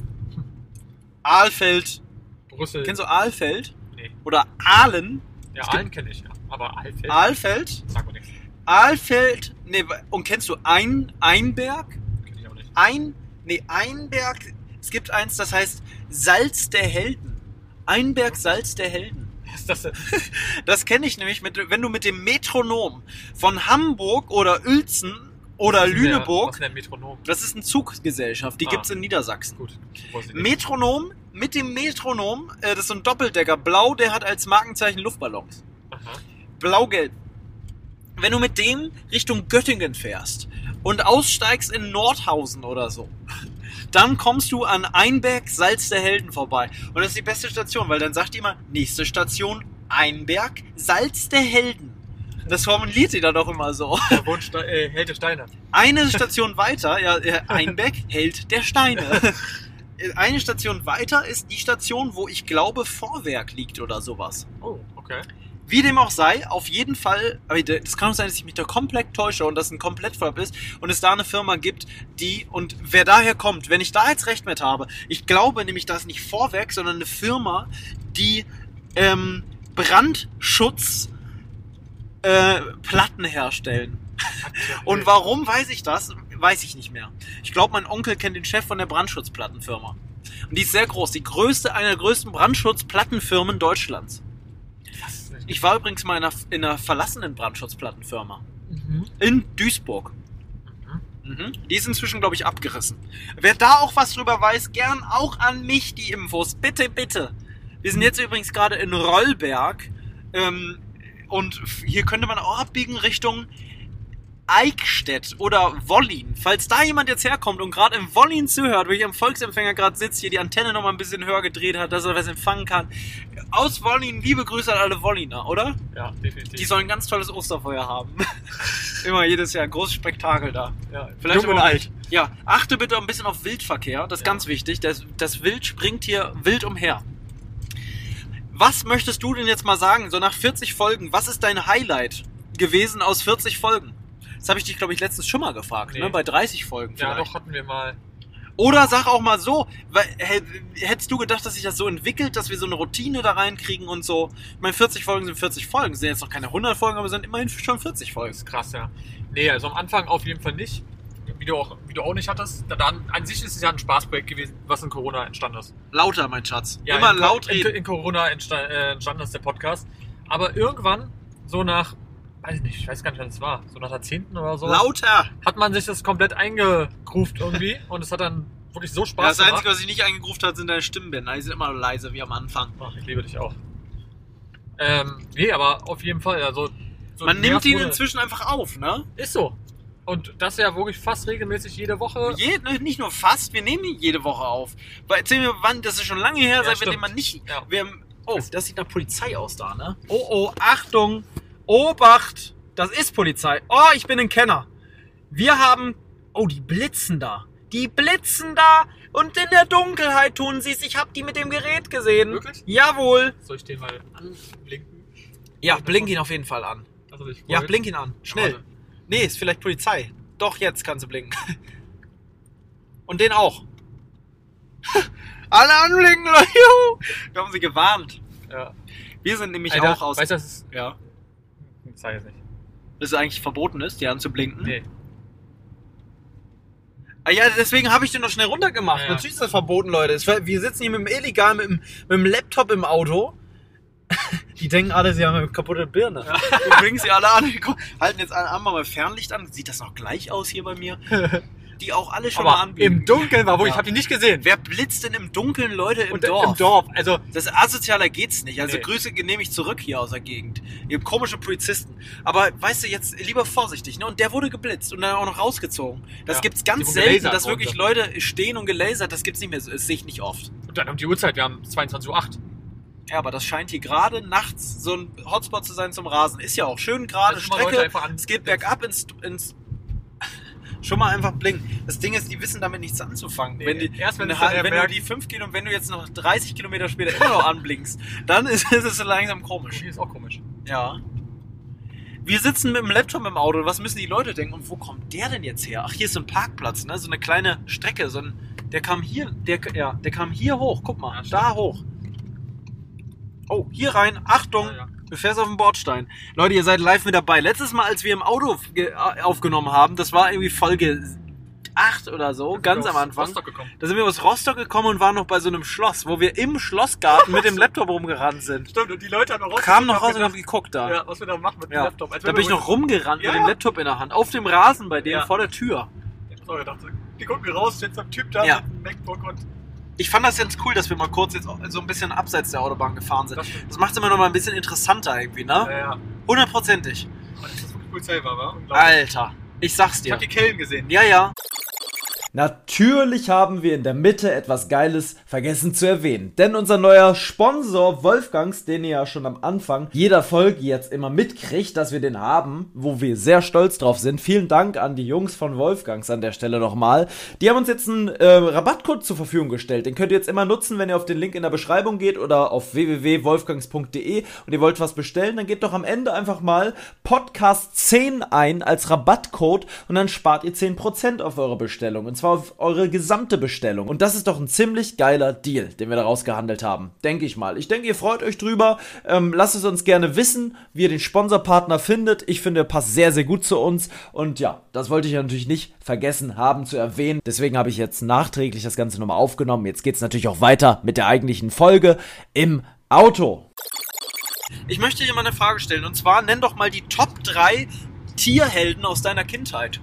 Aalfeld. Brüssel. Kennst du Aalfeld? Nee. Oder Aalen? Ja, Aalen kenne ich, ja. Aber Aalfeld? Aalfeld? Sag mir nichts. Aalfeld, nee, und kennst du Einberg? Kenn ich auch nicht. Einberg, es gibt eins, das heißt Salz der Helden. Einberg Salz der Helden. Was ist das denn? Das kenne ich nämlich, wenn du mit dem Metronom von Hamburg oder Uelzen oder Was ist Lüneburg, denn der Metronom? das ist eine Zuggesellschaft, die gibt's in Niedersachsen. Gut. Wusste ich nicht. Metronom, mit dem Metronom, das ist so ein Doppeldecker, blau, der hat als Markenzeichen Luftballons. Aha. Blau-gelb. Wenn du mit dem Richtung Göttingen fährst und aussteigst in Nordhausen oder so, dann kommst du an Einberg, Salz der Helden vorbei. Und das ist die beste Station, weil dann sagt die immer, nächste Station Einberg, Salz der Helden. Das formuliert sie dann auch immer so. Der Held der Steine. Eine Station weiter, ja, Einberg, Held der Steine. Eine Station weiter ist die Station, wo ich glaube Vorwerk liegt oder sowas. Oh, okay. Wie dem auch sei, auf jeden Fall, aber das kann auch sein, dass ich mich da komplett täusche und das ein Komplettflop ist und es da eine Firma gibt, die, und wer daher kommt, wenn ich da jetzt recht mit habe, ich glaube nämlich, da ist nicht Vorwerk, sondern eine Firma, die Brandschutz Platten herstellen. Und warum weiß ich das? Weiß ich nicht mehr. Ich glaube, mein Onkel kennt den Chef von der Brandschutzplattenfirma. Und die ist sehr groß, einer der größten Brandschutzplattenfirmen Deutschlands. Ich war übrigens mal in einer verlassenen Brandschutzplattenfirma. In Duisburg. Die ist inzwischen, glaube ich, abgerissen. Wer da auch was drüber weiß, gern auch an mich die Infos. Bitte, bitte. Wir sind jetzt übrigens gerade in Rollberg. Und hier könnte man auch abbiegen Richtung Eichstätt oder Wollin. Falls da jemand jetzt herkommt und gerade im Wollin zuhört, wo ich am Volksempfänger gerade sitze, hier die Antenne noch mal ein bisschen höher gedreht hat, dass er was empfangen kann. Aus Wollin, liebe Grüße an alle Wolliner, oder? Ja, definitiv. Die sollen ein ganz tolles Osterfeuer haben. Immer jedes Jahr, großes Spektakel da. Ja, Vielleicht jung und aber alt. Ja, achte bitte ein bisschen auf Wildverkehr, das ist ganz wichtig. Das Wild springt hier wild umher. Was möchtest du denn jetzt mal sagen, so nach 40 Folgen, was ist dein Highlight gewesen aus 40 Folgen? Das habe ich dich, glaube ich, letztens schon mal gefragt, Nee. ne? Bei 30 Folgen Ja, vielleicht. doch, hatten wir mal. Oder sag auch mal so, hättest du gedacht, dass sich das so entwickelt, dass wir so eine Routine da reinkriegen und so? Ich meine, 40 Folgen sind 40 Folgen. Es sind jetzt noch keine 100 Folgen, aber es sind immerhin schon 40 Folgen. Das ist krass, ja. Nee, also am Anfang auf jeden Fall nicht. Wie du auch nicht hattest. An sich ist es ja ein Spaßprojekt gewesen, was in Corona entstanden ist. Lauter, mein Schatz. Ja, immer laut reden. In Corona entstanden ist der Podcast. Aber irgendwann, so nach, ich weiß gar nicht, wann es war, so nach Jahrzehnten oder so. Lauter! Hat man sich das komplett eingegruft irgendwie und es hat dann wirklich so Spaß gemacht. Das Einzige, was ich nicht eingegruft hat, sind deine Stimmbänder. Die sind immer noch leise, wie am Anfang. Ach, ich liebe dich auch. Nee, aber auf jeden Fall, also... So man nimmt ihn inzwischen einfach auf, ne? Ist so. Und das ja wirklich fast regelmäßig jede Woche. Nicht nur fast, wir nehmen ihn jede Woche auf. Weil, erzähl mir, wann, das ist schon lange her, seitdem man nicht... Ja. Das sieht nach Polizei aus da, ne? Oh, Achtung! Obacht! Das ist Polizei. Oh, ich bin ein Kenner. Wir haben... Oh, die blitzen da. Die blitzen da und in der Dunkelheit tun sie es. Ich habe die mit dem Gerät gesehen. Wirklich? Jawohl. Soll ich den mal anblinken? Ja, blink ihn auf jeden Fall an. Also ja, blink ihn an. Schnell. Ja, nee, ist vielleicht Polizei. Doch, jetzt kannst du blinken. Und den auch. Alle anblinken, Leute. Wir haben sie gewarnt. Ja. Wir sind nämlich Alter, auch aus... Weißt du, das ist... Ja. Ich zeige es nicht. Dass es eigentlich verboten ist, die anzublinken? Nee. Ah ja, deswegen habe ich den noch schnell runtergemacht. Ja. Natürlich ist das verboten, Leute. Wir sitzen hier mit dem Laptop im Auto. Die denken alle, sie haben eine kaputte Birne. Ja. Du bringst sie alle an. Halten jetzt alle mal Fernlicht an. Sieht das noch gleich aus hier bei mir? Die auch alle schon mal anbieten. Im Dunkeln war ich habe die nicht gesehen. Wer blitzt denn im Dunkeln, Leute, im Dorf? Im Dorf, also... Das asozialer geht's nicht. Also nee. Grüße nehme ich zurück hier aus der Gegend. Ihr komische Polizisten. Aber weißt du, jetzt lieber vorsichtig, ne? Und der wurde geblitzt und dann auch noch rausgezogen. Das gibt's ganz selten, dass wirklich Leute stehen und gelasert. Das gibt's nicht mehr. Das sehe ich nicht oft. Und dann um die Uhrzeit, wir haben 22:08 Uhr. Ja, aber das scheint hier gerade nachts so ein Hotspot zu sein zum Rasen. Ist ja auch schön gerade Strecke. Es geht bergab ins schon mal einfach blinken. Das Ding ist, die wissen damit nichts anzufangen. Nee, wenn du die 5 Kilometer, wenn du jetzt noch 30 Kilometer später immer noch anblinkst, dann ist es so langsam komisch. Die ist auch komisch. Ja. Wir sitzen mit dem Laptop im Auto. Was müssen die Leute denken? Und wo kommt der denn jetzt her? Ach, hier ist so ein Parkplatz, ne? So eine kleine Strecke. Der kam hier hoch. Guck mal, ja, da hoch. Oh, hier rein. Achtung. Ja. Du fährst auf den Bordstein. Leute, ihr seid live mit dabei. Letztes Mal, als wir im Auto aufgenommen haben, das war irgendwie Folge 8 oder so, ganz am Anfang. Da sind wir aus Rostock gekommen und waren noch bei so einem Schloss, wo wir im Schlossgarten mit dem Laptop rumgerannt sind. Stimmt, und die Leute haben kamen noch raus und haben geguckt da. Ja, was wir da machen mit dem Laptop. Da bin ich noch rumgerannt mit dem Laptop in der Hand, auf dem Rasen bei denen vor der Tür. Ich hab gedacht, die gucken raus, steht so ein Typ da mit einem MacBook und... Ich fand das ganz cool, dass wir mal kurz jetzt so ein bisschen abseits der Autobahn gefahren sind. Das macht es immer noch mal ein bisschen interessanter irgendwie, ne? Ja. 100%ig. Dass das wirklich Polizei war, wa? Alter, ich sag's dir. Ich hab die Kellen gesehen. Ja. Natürlich haben wir in der Mitte etwas Geiles vergessen zu erwähnen. Denn unser neuer Sponsor Wolfgangs, den ihr ja schon am Anfang jeder Folge jetzt immer mitkriegt, dass wir den haben, wo wir sehr stolz drauf sind. Vielen Dank an die Jungs von Wolfgangs an der Stelle nochmal. Die haben uns jetzt einen Rabattcode zur Verfügung gestellt. Den könnt ihr jetzt immer nutzen, wenn ihr auf den Link in der Beschreibung geht oder auf www.wolfgangs.de und ihr wollt was bestellen, dann geht doch am Ende einfach mal Podcast10 ein als Rabattcode und dann spart ihr 10% auf eure Bestellung. Und zwar auf eure gesamte Bestellung. Und das ist doch ein ziemlich geiler Deal, den wir da rausgehandelt haben. Denke ich mal. Ich denke, ihr freut euch drüber. Lasst es uns gerne wissen, wie ihr den Sponsorpartner findet. Ich finde, er passt sehr, sehr gut zu uns. Und ja, das wollte ich natürlich nicht vergessen haben zu erwähnen. Deswegen habe ich jetzt nachträglich das Ganze nochmal aufgenommen. Jetzt geht es natürlich auch weiter mit der eigentlichen Folge im Auto. Ich möchte dir mal eine Frage stellen. Und zwar, nenn doch mal die Top 3 Tierhelden aus deiner Kindheit.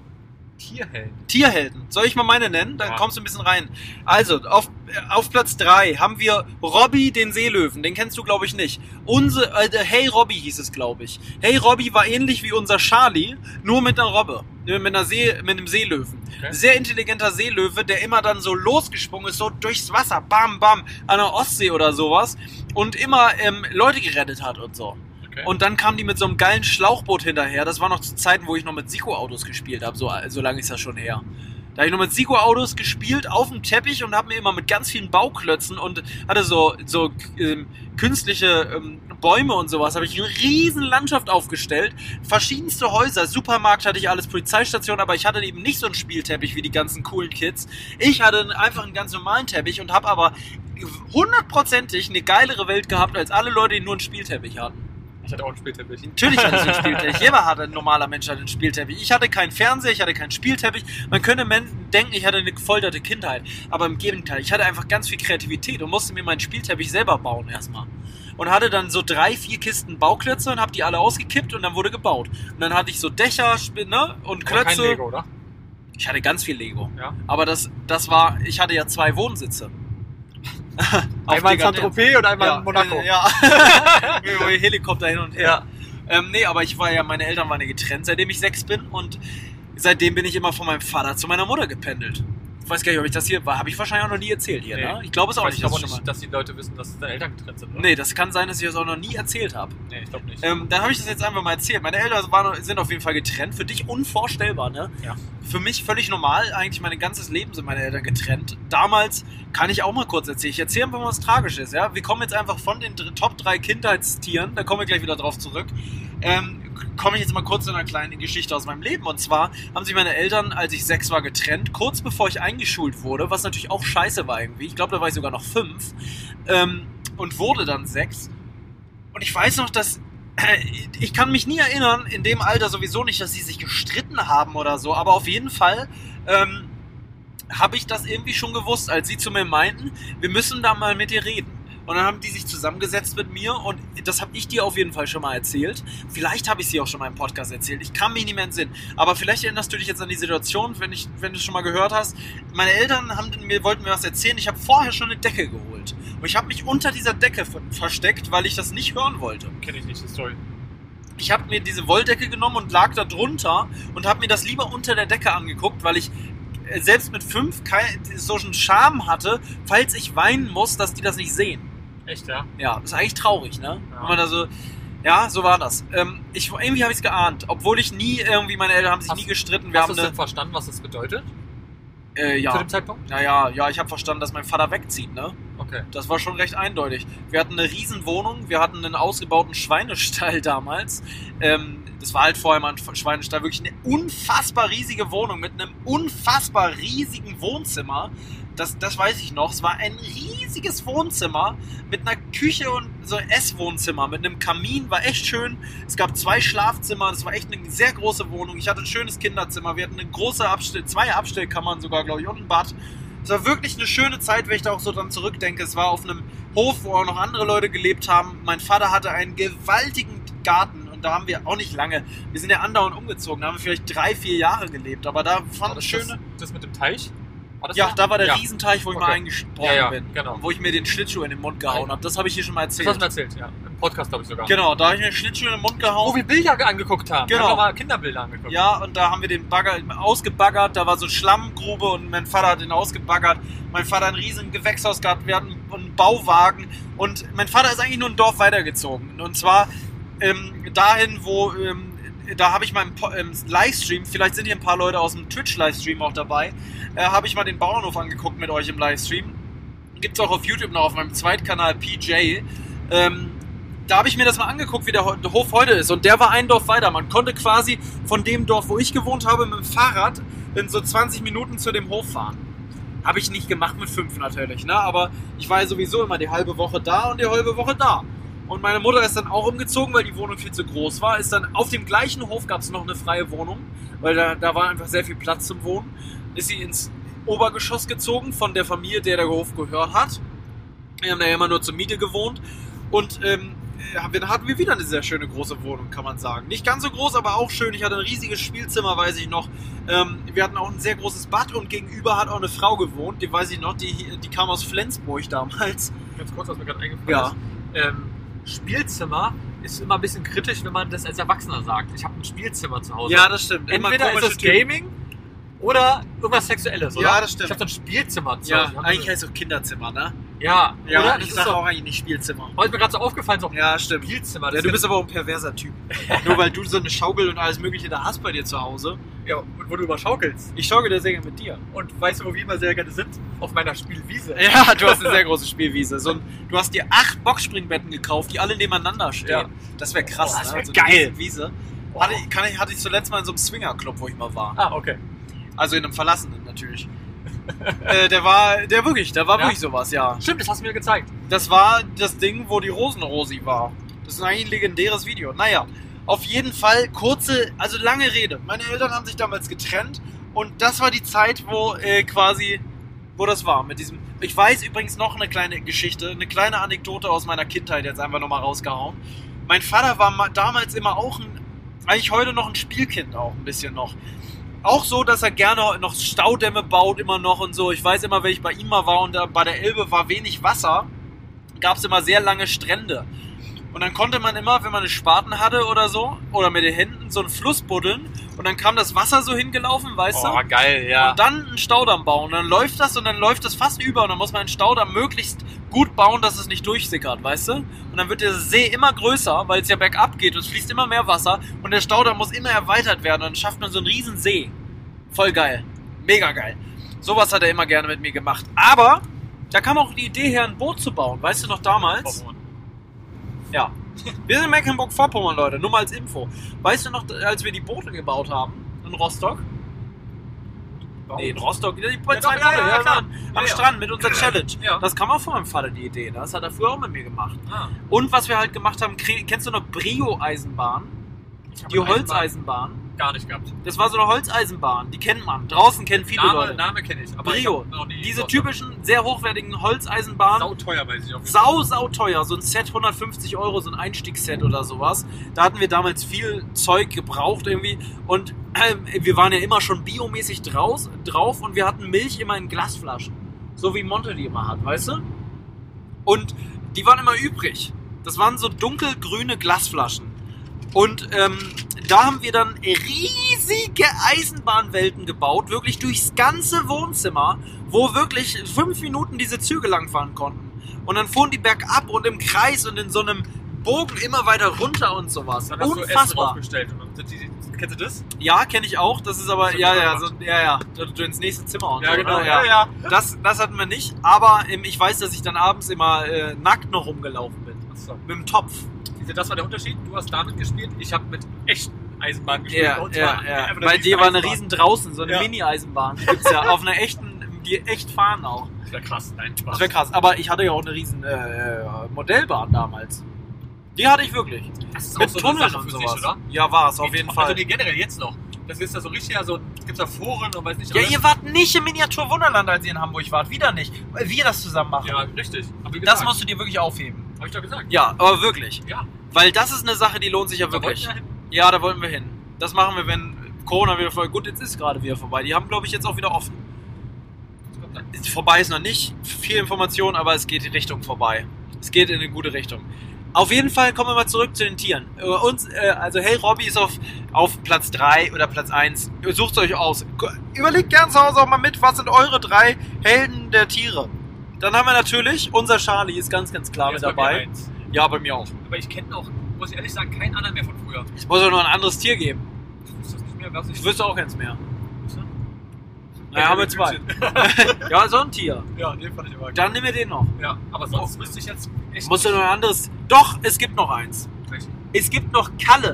Tierhelden. Soll ich mal meine nennen? Dann kommst du ein bisschen rein. Also, auf Platz 3 haben wir Robby, den Seelöwen. Den kennst du, glaube ich, nicht. Hey Robby hieß es, glaube ich. Hey Robby war ähnlich wie unser Charlie, nur mit einer Robbe. Mit einem Seelöwen. Okay. Sehr intelligenter Seelöwe, der immer dann so losgesprungen ist, so durchs Wasser, bam, bam, an der Ostsee oder sowas. Und immer Leute gerettet hat und so. Okay. Und dann kamen die mit so einem geilen Schlauchboot hinterher. Das war noch zu Zeiten, wo ich noch mit Siko-Autos gespielt habe. So lange ist das schon her. Da habe ich noch mit Sigo-Autos gespielt auf dem Teppich und habe mir immer mit ganz vielen Bauklötzen und hatte so künstliche Bäume und sowas, habe ich eine riesen Landschaft aufgestellt, verschiedenste Häuser, Supermarkt hatte ich alles, Polizeistation, aber ich hatte eben nicht so einen Spielteppich wie die ganzen coolen Kids. Ich hatte einfach einen ganz normalen Teppich und habe aber 100%ig eine geilere Welt gehabt als alle Leute, die nur einen Spielteppich hatten. Ich hatte auch einen Spielteppich. Natürlich hatte ich einen Spielteppich. Jeder hatte, ein normaler Mensch hatte einen Spielteppich. Ich hatte keinen Fernseher, ich hatte keinen Spielteppich. Man könnte denken, ich hatte eine gefolterte Kindheit. Aber im Gegenteil, ich hatte einfach ganz viel Kreativität und musste mir meinen Spielteppich selber bauen erstmal. Und hatte dann so 3-4 Kisten Bauklötze und habe die alle ausgekippt und dann wurde gebaut. Und dann hatte ich so Dächer, und Klötze. Aber kein Lego, oder? Ich hatte ganz viel Lego. Ja. Aber das war, ich hatte ja 2 Wohnsitze. Einmal in Saint-Tropez und einmal in Monaco. Ja. Helikopter hin und her. Nee, aber meine Eltern waren ja getrennt, seitdem ich 6 bin und seitdem bin ich immer von meinem Vater zu meiner Mutter gependelt. Ich weiß gar nicht, ob ich das hier war. Habe ich wahrscheinlich auch noch nie erzählt hier, ne? Ich glaube es auch nicht. Ich glaube nicht, dass die Leute wissen, dass deine Eltern getrennt sind, oder? Nee, das kann sein, dass ich das auch noch nie erzählt habe. Nee, ich glaube nicht. Dann habe ich das jetzt einfach mal erzählt. Meine Eltern sind auf jeden Fall getrennt. Für dich unvorstellbar, ne? Ja. Für mich völlig normal. Eigentlich mein ganzes Leben sind meine Eltern getrennt. Damals kann ich auch mal kurz erzählen. Ich erzähle einfach mal was Tragisches, ja? Wir kommen jetzt einfach von den Top 3 Kindheitstieren, da kommen wir gleich wieder drauf zurück, komme ich jetzt mal kurz zu einer kleinen Geschichte aus meinem Leben. Und zwar haben sich meine Eltern, als ich 6 war, getrennt, kurz bevor ich eingeschult wurde, was natürlich auch scheiße war irgendwie. Ich glaube, da war ich sogar noch 5 und wurde dann 6. Und ich weiß noch, dass ich kann mich nie erinnern, in dem Alter sowieso nicht, dass sie sich gestritten haben oder so, aber auf jeden Fall habe ich das irgendwie schon gewusst, als sie zu mir meinten, wir müssen da mal mit dir reden. Und dann haben die sich zusammengesetzt mit mir und das habe ich dir auf jeden Fall schon mal erzählt. Vielleicht habe ich sie auch schon mal im Podcast erzählt. Ich kann mich nicht mehr entsinnen. Aber vielleicht erinnerst du dich jetzt an die Situation, wenn du es schon mal gehört hast. Meine Eltern wollten mir was erzählen. Ich habe vorher schon eine Decke geholt. Und ich habe mich unter dieser Decke versteckt, weil ich das nicht hören wollte. Kenne ich nicht, die Story. Ich habe mir diese Wolldecke genommen und lag da drunter und habe mir das lieber unter der Decke angeguckt, weil ich selbst mit 5 so einen Charme hatte, falls ich weinen muss, dass die das nicht sehen. Echt, ja? Ja, ist eigentlich traurig, ne? Ja. Wenn man da so, ja, so war das. Irgendwie habe ich es geahnt, obwohl ich meine Eltern haben sich nie gestritten. Hast du denn verstanden, was das bedeutet? Ja. Zu dem Zeitpunkt? Ja, ich habe verstanden, dass mein Vater wegzieht, ne? Okay. Das war schon recht eindeutig. Wir hatten eine riesen Wohnung, wir hatten einen ausgebauten Schweinestall damals. Das war halt vorher mal ein Schweinestall, wirklich eine unfassbar riesige Wohnung mit einem unfassbar riesigen Wohnzimmer. Das weiß ich noch. Es war ein riesiges Wohnzimmer mit einer Küche und so ein Esswohnzimmer mit einem Kamin. War echt schön. Es gab 2 Schlafzimmer. Das war echt eine sehr große Wohnung. Ich hatte ein schönes Kinderzimmer. Wir hatten eine große 2 Abstellkammern sogar, glaube ich, und ein Bad. Es war wirklich eine schöne Zeit, wenn ich da auch so dran zurückdenke. Es war auf einem Hof, wo auch noch andere Leute gelebt haben. Mein Vater hatte einen gewaltigen Garten. Und da haben wir auch nicht lange. Wir sind ja andauernd umgezogen. Da haben wir vielleicht 3-4 Jahre gelebt. Aber da fand ich schöne... Das mit dem Teich? Ja, da war der Riesenteich, wo ich mal eingesprungen bin. Genau. Wo ich mir den Schlittschuh in den Mund gehauen habe. Das habe ich hier schon mal erzählt. Das hast du erzählt, ja. Im Podcast, glaube ich sogar. Genau, da habe ich mir den Schlittschuh in den Mund gehauen. Wo wir Bilder angeguckt haben. Genau. Wir haben mal Kinderbilder angeguckt. Ja, und da haben wir den Bagger ausgebaggert. Da war so eine Schlammgrube und mein Vater hat den ausgebaggert. Mein Vater hat einen riesen Gewächshaus gehabt. Wir hatten einen Bauwagen. Und mein Vater ist eigentlich nur ein Dorf weitergezogen. Und zwar dahin, wo... da habe ich mal im Livestream, vielleicht sind hier ein paar Leute aus dem Twitch-Livestream auch dabei, habe ich mal den Bauernhof angeguckt mit euch im Livestream. Gibt es auch auf YouTube noch auf meinem Zweitkanal PJ. Da habe ich mir das mal angeguckt, wie der Hof heute ist. Und der war ein Dorf weiter. Man konnte quasi von dem Dorf, wo ich gewohnt habe, mit dem Fahrrad in so 20 Minuten zu dem Hof fahren. Habe ich nicht gemacht mit 5 natürlich, ne? Aber ich war ja sowieso immer die halbe Woche da und die halbe Woche da. Und meine Mutter ist dann auch umgezogen, weil die Wohnung viel zu groß war. Ist dann auf dem gleichen Hof gab es noch eine freie Wohnung, weil da war einfach sehr viel Platz zum Wohnen. Ist sie ins Obergeschoss gezogen von der Familie, der Hof gehört hat. Wir haben da ja immer nur zur Miete gewohnt. Und dann hatten wir wieder eine sehr schöne große Wohnung, kann man sagen. Nicht ganz so groß, aber auch schön. Ich hatte ein riesiges Spielzimmer, weiß ich noch. Wir hatten auch ein sehr großes Bad und gegenüber hat auch eine Frau gewohnt. Die weiß ich noch, die kam aus Flensburg damals. Ganz kurz, was mir gerade eingefallen ist. Spielzimmer ist immer ein bisschen kritisch, wenn man das als Erwachsener sagt. Ich habe ein Spielzimmer zu Hause. Ja, das stimmt. Entweder ist es Gaming oder irgendwas Sexuelles, oder? Ja, das stimmt. Ich habe so ein Spielzimmer zu Hause. Ja, eigentlich heißt es auch Kinderzimmer, ne? Ja, Ja, oder? ich Das sag ist auch eigentlich nicht Spielzimmer. heute mir gerade so aufgefallen, so Ja, stimmt. Spielzimmer. Ja, Das du ist bist aber auch ein perverser Typ. Nur weil du so eine Schaukel und alles mögliche da hast bei dir zu Hause. ja, und wo du überschaukelst. Ich schaukel dir sehr gerne mit dir. Und weißt du, wo wir immer sehr gerne sind? Auf meiner Spielwiese. Ja, du hast eine sehr große Spielwiese. Du hast dir 8 Boxspringbetten gekauft, die alle nebeneinander stehen. Ja. Das wäre krass, Oh, das wär ne? geil. Eine Wiese. Oh. Hatte ich zuletzt mal in so einem Swingerclub, wo ich mal war. Ah, okay. Also in einem verlassenen natürlich. Der war wirklich sowas, ja. Stimmt, das hast du mir gezeigt. Das war das Ding, wo die Rosenrosi war. Das ist eigentlich ein legendäres Video. Naja, auf jeden Fall also lange Rede. Meine Eltern haben sich damals getrennt und das war die Zeit, wo wo das war mit diesem. Ich weiß übrigens noch eine kleine Geschichte, eine kleine Anekdote aus meiner Kindheit jetzt einfach nochmal rausgehauen. Mein Vater war damals immer auch eigentlich heute noch ein Spielkind auch ein bisschen noch. Auch so, dass er gerne noch Staudämme baut immer noch und so. Ich weiß immer, wenn ich bei ihm mal war und da bei der Elbe war wenig Wasser, gab es immer sehr lange Strände. Und dann konnte man immer, wenn man eine Spaten hatte oder so, oder mit den Händen so einen Fluss buddeln und dann kam das Wasser so hingelaufen, weißt du? Oh, geil, ja. Und dann einen Staudamm bauen. Und dann läuft das fast über und dann muss man einen Staudamm möglichst gut bauen, dass es nicht durchsickert, weißt du? Und dann wird der See immer größer, weil es ja bergab geht und es fließt immer mehr Wasser und der Staudamm muss immer erweitert werden und dann schafft man so einen riesen See. Voll geil. Mega geil. Sowas hat er immer gerne mit mir gemacht. Aber da kam auch die Idee her, ein Boot zu bauen. Weißt du noch damals? Ja. Wir sind in Mecklenburg-Vorpommern, Leute. Nur mal als Info. Weißt du noch, als wir die Boote gebaut haben in Rostock? Nee, in Rostock. Die zwei Boote, klar. am Strand mit unserer Challenge. Ja. Das kam auch von meinem Vater, die Idee. Das hat er früher auch mit mir gemacht. Ah. Und was wir halt gemacht haben, kennst du noch Brio-Eisenbahn? Die Holzeisenbahn. Gar nicht gehabt. Das war so eine Holzeisenbahn. Die kennt man. Draußen kennen viele Leute. Name kenne ich. Aber Brio. ich hab noch nie Diese Rostock. typischen, sehr hochwertigen Holzeisenbahnen. Sauteuer, weiß ich auch. Sau teuer. So ein Set 150 €, so ein Einstiegsset oder sowas. Da hatten wir damals viel Zeug gebraucht irgendwie. Und wir waren ja immer schon biomäßig drauf und wir hatten Milch immer in Glasflaschen. So wie Monte die immer hat, weißt du? Und die waren immer übrig. Das waren so dunkelgrüne Glasflaschen. Und da haben wir dann riesige Eisenbahnwelten gebaut, wirklich durchs ganze Wohnzimmer, wo wirklich 5 Minuten diese Züge langfahren konnten. Und dann fuhren die bergab und im Kreis und in so einem Bogen immer weiter runter und sowas. Dann hast du Essen Unfassbar. draufgestellt. Und dann kennst du das? Ja, kenne ich auch. Das ist aber, So ja, du ins nächste Zimmer und Ja, so. genau. Ne? Ja. Das hatten wir nicht, aber ich weiß, dass ich dann abends immer nackt noch rumgelaufen bin. Achso. Mit dem Topf. Das war der Unterschied. Du hast damit gespielt, ich habe mit echten Eisenbahnen gespielt. Ja, Und zwar ja. einfach Bei eine dir war eine Eisenbahn. riesen draußen, so eine Ja. Mini-Eisenbahn. Die gibt's ja auf einer echten, die echt fahren auch. Das wäre krass. Nein, Spaß. Das wäre krass. Aber ich hatte ja auch eine riesen Modellbahn damals. Die hatte ich wirklich. Das ist auch Mit so eine Tunneln Sache und für sowas. sich, oder? Ja, war es auf jeden Fall. Also nee, generell jetzt noch. Das ist ja so richtig, also gibt's da Foren und weiß nicht Ja, alles. ihr wart nicht im Miniatur-Wunderland, als ihr in Hamburg wart. Wieder nicht. Weil wir das zusammen machen. Ja, richtig. Aber wie Das gesagt, musst du dir wirklich aufheben. hab ich doch gesagt. Ja, aber wirklich. Ja. Weil das ist eine Sache, die lohnt sich ja Da wirklich. wollten wir hin. Ja, da wollten wir hin. Das machen wir, wenn Corona wieder vorbei. Gut, jetzt ist gerade wieder vorbei. Die haben, glaube ich, jetzt auch wieder offen. Vorbei ist noch nicht viel Information, aber es geht in Richtung vorbei. Es geht in eine gute Richtung. Auf jeden Fall kommen wir mal zurück zu den Tieren. Also Hey Robby ist auf Platz 3 oder Platz 1. Sucht es euch aus. Überlegt gern zu Hause auch mal mit, was sind eure 3 Helden der Tiere. Dann haben wir natürlich, unser Charlie ist ganz, ganz klar mit Der ist bei mir dabei. eins. Ja, bei mir auch. Aber ich kenne auch, muss ich ehrlich sagen, keinen anderen mehr von früher. Es muss doch noch ein anderes Tier geben. Ich wüsste das nicht mehr, was Ich wüsste auch keins mehr. wüsste. Ja, haben wir 2. Ja, so ein Tier. Ja, den fand ich aber Dann nehmen wir den noch. Ja, aber sonst müsste ich jetzt echt Musst du noch ein anderes... Doch, es gibt noch eins. nicht. Es gibt noch Kalle.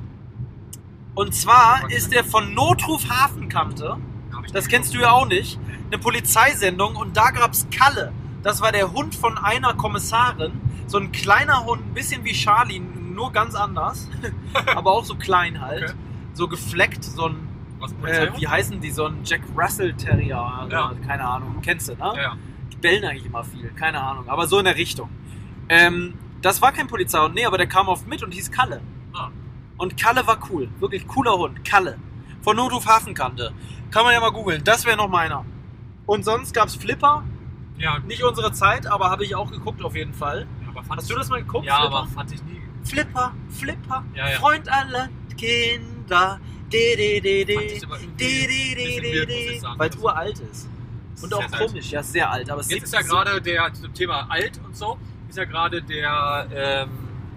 Und zwar ist der von Notruf Hafenkante. Hab ich Das nicht. kennst du ja auch nicht. Eine Polizeisendung und da gab's Kalle. Das war der Hund von einer Kommissarin. So ein kleiner Hund, ein bisschen wie Charlie, nur ganz anders. Aber auch so klein halt. Okay. So gefleckt, so ein... Was, Polizeihund? wie heißen die? So ein Jack Russell Terrier. Also, Ja. keine Ahnung. Kennst du, ne? Ja, ja. Die bellen eigentlich immer viel. Keine Ahnung. Aber so in der Richtung. Das war kein Polizeihund. Nee, aber der kam oft mit und hieß Kalle. Ah. Und Kalle war cool. Wirklich cooler Hund. Kalle. Von Notruf Hafenkante. Kann man ja mal googeln. Das wäre noch meiner. Und sonst gab's Flipper. Ja, Nicht unsere Zeit, aber habe ich auch geguckt auf jeden Fall. aber fand Hast du das mal geguckt? Ja, Flipper? aber fand ich nie. Flipper, Flipper. Ja, ja. Freund aller Kinder. Fand ich aber irgendwie ein bisschen weird, muss ich sagen. Weil es uralt ist. Und auch komisch, ja, sehr alt. Aber jetzt ist ja gerade zum Thema alt und so, ist ja gerade der,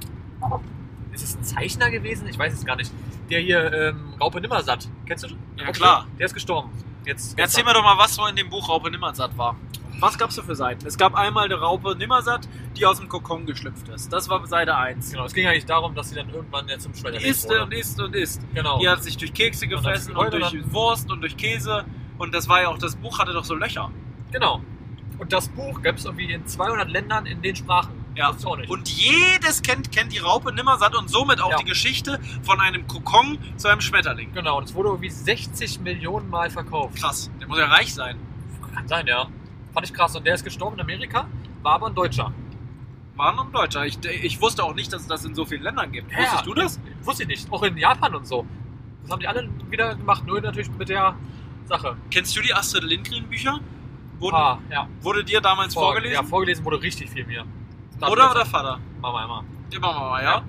ist es ein Zeichner gewesen? Ich weiß es gar nicht. Der hier, Raupe Nimmersatt. Kennst du den? Ja, klar. Der ist gestorben. Erzähl mir doch mal, was so in dem Buch Raupe Nimmersatt war. Was gab's da für Seiten? Es gab einmal eine Raupe Nimmersatt, die aus dem Kokon geschlüpft ist. Das war Seite 1. Genau, es ging eigentlich darum, dass sie dann irgendwann zum Schmetterling isst und isst. Genau. Die hat sich durch Kekse gefressen und durch Wurst und durch Käse. Und das war ja auch, das Buch hatte doch so Löcher. Genau. Und das Buch gab es irgendwie in 200 Ländern in den Sprachen. Ja. Das auch nicht. Und jedes kennt die Raupe Nimmersatt und somit auch die Geschichte von einem Kokon zu einem Schmetterling. Genau, und es wurde irgendwie 60 Millionen Mal verkauft. Krass, der muss ja reich sein. Kann sein, ja. Fand ich krass. Und der ist gestorben in Amerika, war aber ein Deutscher. War ein Deutscher. Ich wusste auch nicht, dass es das in so vielen Ländern gibt. Ja, wusstest du das? Wusste ich nicht. Auch in Japan und so. Das haben die alle wieder gemacht, nur natürlich mit der Sache. Kennst du die Astrid Lindgren Bücher? Wurde dir damals vorgelesen? Ja, vorgelesen wurde richtig viel mir. Mutter oder Vater? Mama immer. Immer Mama, ja.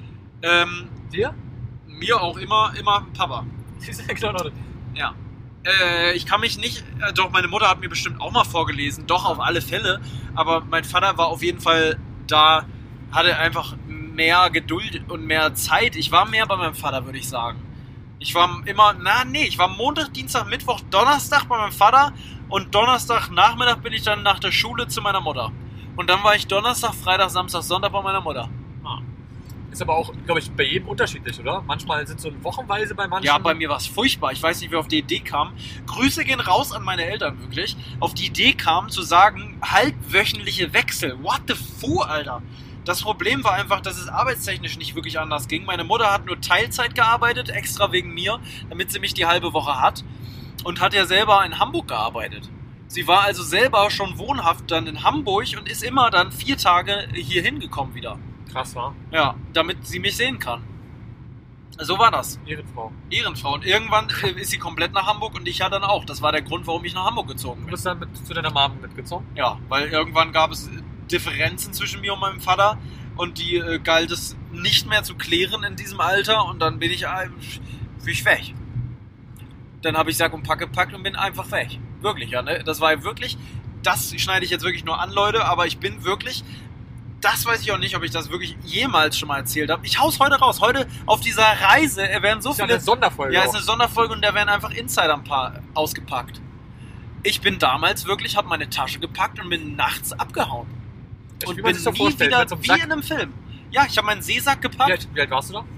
Dir? Mir auch immer Papa. Ja. Ich kann mich nicht, doch meine Mutter hat mir bestimmt auch mal vorgelesen, doch auf alle Fälle, aber mein Vater war auf jeden Fall da, hatte einfach mehr Geduld und mehr Zeit. Ich war mehr bei meinem Vater, würde ich sagen. Ich war Montag, Dienstag, Mittwoch, Donnerstag bei meinem Vater und Donnerstag Nachmittag bin ich dann nach der Schule zu meiner Mutter. Und dann war ich Donnerstag, Freitag, Samstag, Sonntag bei meiner Mutter. Ist aber auch, glaube ich, bei jedem unterschiedlich, oder? Manchmal sind so wochenweise bei manchen. Ja, bei mir war es furchtbar. Ich weiß nicht, wer auf die Idee kam. Grüße gehen raus an meine Eltern, wirklich. Auf die Idee kam, zu sagen, halbwöchentliche Wechsel. What the fuck, Alter? Das Problem war einfach, dass es arbeitstechnisch nicht wirklich anders ging. Meine Mutter hat nur Teilzeit gearbeitet, extra wegen mir, damit sie mich die halbe Woche hat. Und hat ja selber in Hamburg gearbeitet. Sie war also selber schon wohnhaft dann in Hamburg und ist immer dann 4 Tage hier hingekommen wieder. Krass, war? Ja, damit sie mich sehen kann. So war das. Ehrenfrau. Und irgendwann ist sie komplett nach Hamburg und ich ja dann auch. Das war der Grund, warum ich nach Hamburg gezogen bin. Du bist dann zu deiner Mom mitgezogen? Ja, weil irgendwann gab es Differenzen zwischen mir und meinem Vater und die galt es nicht mehr zu klären in diesem Alter und dann bin ich weg. Dann habe ich Sack und Pack gepackt und bin einfach weg. Wirklich, ja, ne? Das war wirklich, das schneide ich jetzt wirklich nur an, Leute, aber ich bin wirklich... Das weiß ich auch nicht, ob ich das wirklich jemals schon mal erzählt habe. Ich hau's heute raus. Heute auf dieser Reise werden so viele... Das ist eine Sonderfolge. Ja, ist eine Sonderfolge und da werden einfach Insider ein paar ausgepackt. Ich bin damals wirklich, habe meine Tasche gepackt und bin nachts abgehauen. Und bin nie wieder wie in einem Film. Ja, ich habe meinen Seesack gepackt. Wie alt warst du da?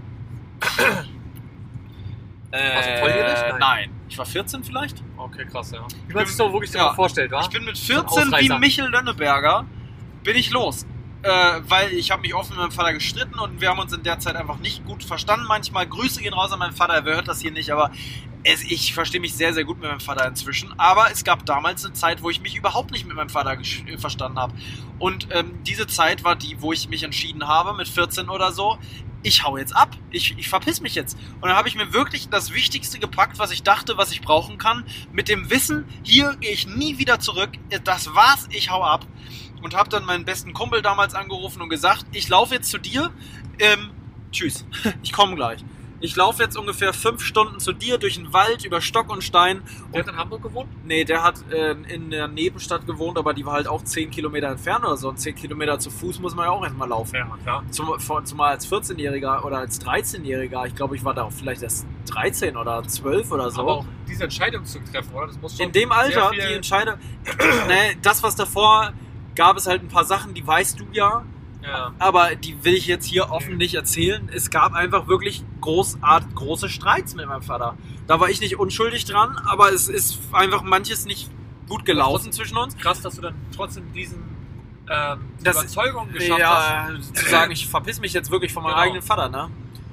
Warst du volljährig? Nein. Ich war 14 vielleicht. Okay, krass, ja. Wie man sich so wirklich vorstellt, wa? Ich bin mit 14 wie Michel Lönneberger bin ich los. Weil ich habe mich offen mit meinem Vater gestritten und wir haben uns in der Zeit einfach nicht gut verstanden. Manchmal Grüße gehen raus an meinen Vater, er hört das hier nicht, aber ich verstehe mich sehr, sehr gut mit meinem Vater inzwischen. Aber es gab damals eine Zeit, wo ich mich überhaupt nicht mit meinem Vater verstanden habe. Und diese Zeit war die, wo ich mich entschieden habe, mit 14 oder so, ich hau jetzt ab, ich verpiss mich jetzt. Und dann habe ich mir wirklich das Wichtigste gepackt, was ich dachte, was ich brauchen kann, mit dem Wissen, hier gehe ich nie wieder zurück, das war's, ich hau ab. Und habe dann meinen besten Kumpel damals angerufen und gesagt, ich laufe jetzt zu dir, tschüss, ich komme gleich. Ich laufe jetzt ungefähr 5 Stunden zu dir durch den Wald, über Stock und Stein. Der hat in Hamburg gewohnt? Nee, der hat in der Nebenstadt gewohnt, aber die war halt auch 10 Kilometer entfernt oder so. Und 10 Kilometer zu Fuß muss man ja auch erstmal laufen. Ja, klar. Zumal als 14-Jähriger oder als 13-Jähriger, ich glaube, ich war da auch vielleicht erst 13 oder 12 oder so. Aber auch diese Entscheidung zu treffen, oder? Das muss schon in dem Alter, die Entscheidung, das, was davor gab es halt ein paar Sachen, die weißt du ja. Ja. Aber die will ich jetzt hier offen nicht erzählen. Es gab einfach wirklich große Streits mit meinem Vater. Da war ich nicht unschuldig dran, aber es ist einfach manches nicht gut gelaufen zwischen uns. Krass, dass du dann trotzdem diese Überzeugung geschafft hast. Zu sagen, ich verpiss mich jetzt wirklich von meinem eigenen Vater, ne?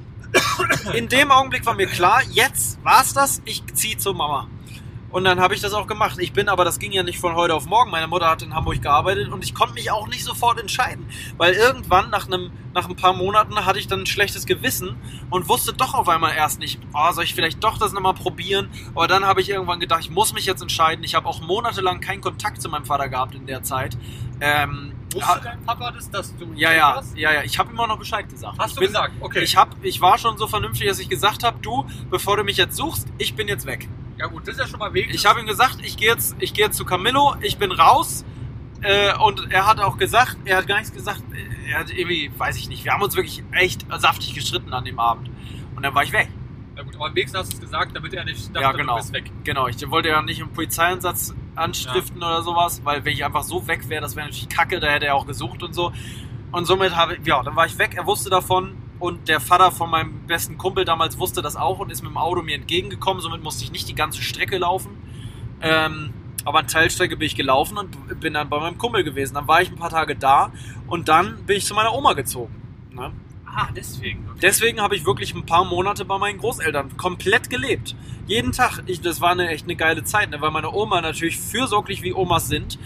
In dem Augenblick war mir klar, jetzt war's das, ich ziehe zur Mama. Und dann habe ich das auch gemacht. Aber das ging ja nicht von heute auf morgen. Meine Mutter hat in Hamburg gearbeitet und ich konnte mich auch nicht sofort entscheiden. Weil irgendwann, nach ein paar Monaten, hatte ich dann ein schlechtes Gewissen und wusste doch auf einmal erst nicht, soll ich vielleicht doch das nochmal probieren? Aber dann habe ich irgendwann gedacht, ich muss mich jetzt entscheiden. Ich habe auch monatelang keinen Kontakt zu meinem Vater gehabt in der Zeit. Wusste dein Papa das, dass du... Ja, ich habe ihm auch noch Bescheid gesagt. Hast du gesagt? Okay. Ich war schon so vernünftig, dass ich gesagt habe, du, bevor du mich jetzt suchst, ich bin jetzt weg. Ja gut, das ist ja schon mal Weg. Ich habe ihm gesagt, ich gehe jetzt zu Camillo, ich bin raus. Und er hat auch gesagt, er hat gar nichts gesagt, er hat irgendwie, weiß ich nicht, wir haben uns wirklich echt saftig gestritten an dem Abend. Und dann war ich weg. Ja gut, aber am wenigsten hast du es gesagt, damit er nicht dachte, Ja, genau. du bist weg. Genau, ich wollte ja nicht einen Polizeieinsatz anstiften oder sowas, weil wenn ich einfach so weg wäre, das wäre natürlich kacke, da hätte er auch gesucht und so. Und somit dann war ich weg, er wusste davon und der Vater von meinem besten Kumpel damals wusste das auch und ist mit dem Auto mir entgegengekommen, somit musste ich nicht die ganze Strecke laufen. Aber eine Teilstrecke bin ich gelaufen und bin dann bei meinem Kumpel gewesen. Dann war ich ein paar Tage da und dann bin ich zu meiner Oma gezogen. Ne? Deswegen. Okay. Deswegen habe ich wirklich ein paar Monate bei meinen Großeltern komplett gelebt. Jeden Tag. Das war echt eine geile Zeit, ne? Weil meine Oma natürlich fürsorglich wie Omas sind.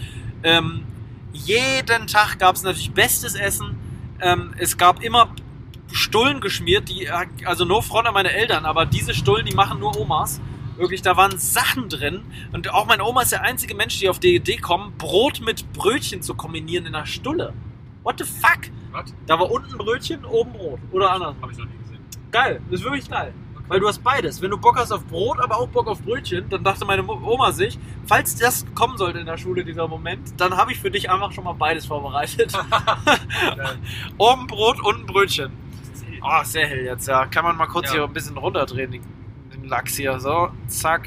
Jeden Tag gab es natürlich bestes Essen. Es gab immer Stullen geschmiert, also no front an meine Eltern, aber diese Stullen, die machen nur Omas. Wirklich, da waren Sachen drin. Und auch meine Oma ist der einzige Mensch, die auf die Idee kommen, Brot mit Brötchen zu kombinieren in der Stulle. What the fuck? Was? Da war unten Brötchen, oben Brot. Oder anders. Habe ich noch nie gesehen. Geil, das ist wirklich geil. Okay. Weil du hast beides. Wenn du Bock hast auf Brot, aber auch Bock auf Brötchen, dann dachte meine Oma sich, falls das kommen sollte in der Schule, dieser Moment, dann habe ich für dich einfach schon mal beides vorbereitet. Oben Brot, unten Brötchen. Oh, sehr hell jetzt, ja. Kann man mal kurz hier ein bisschen runterdrehen, den Lachs hier. So, zack.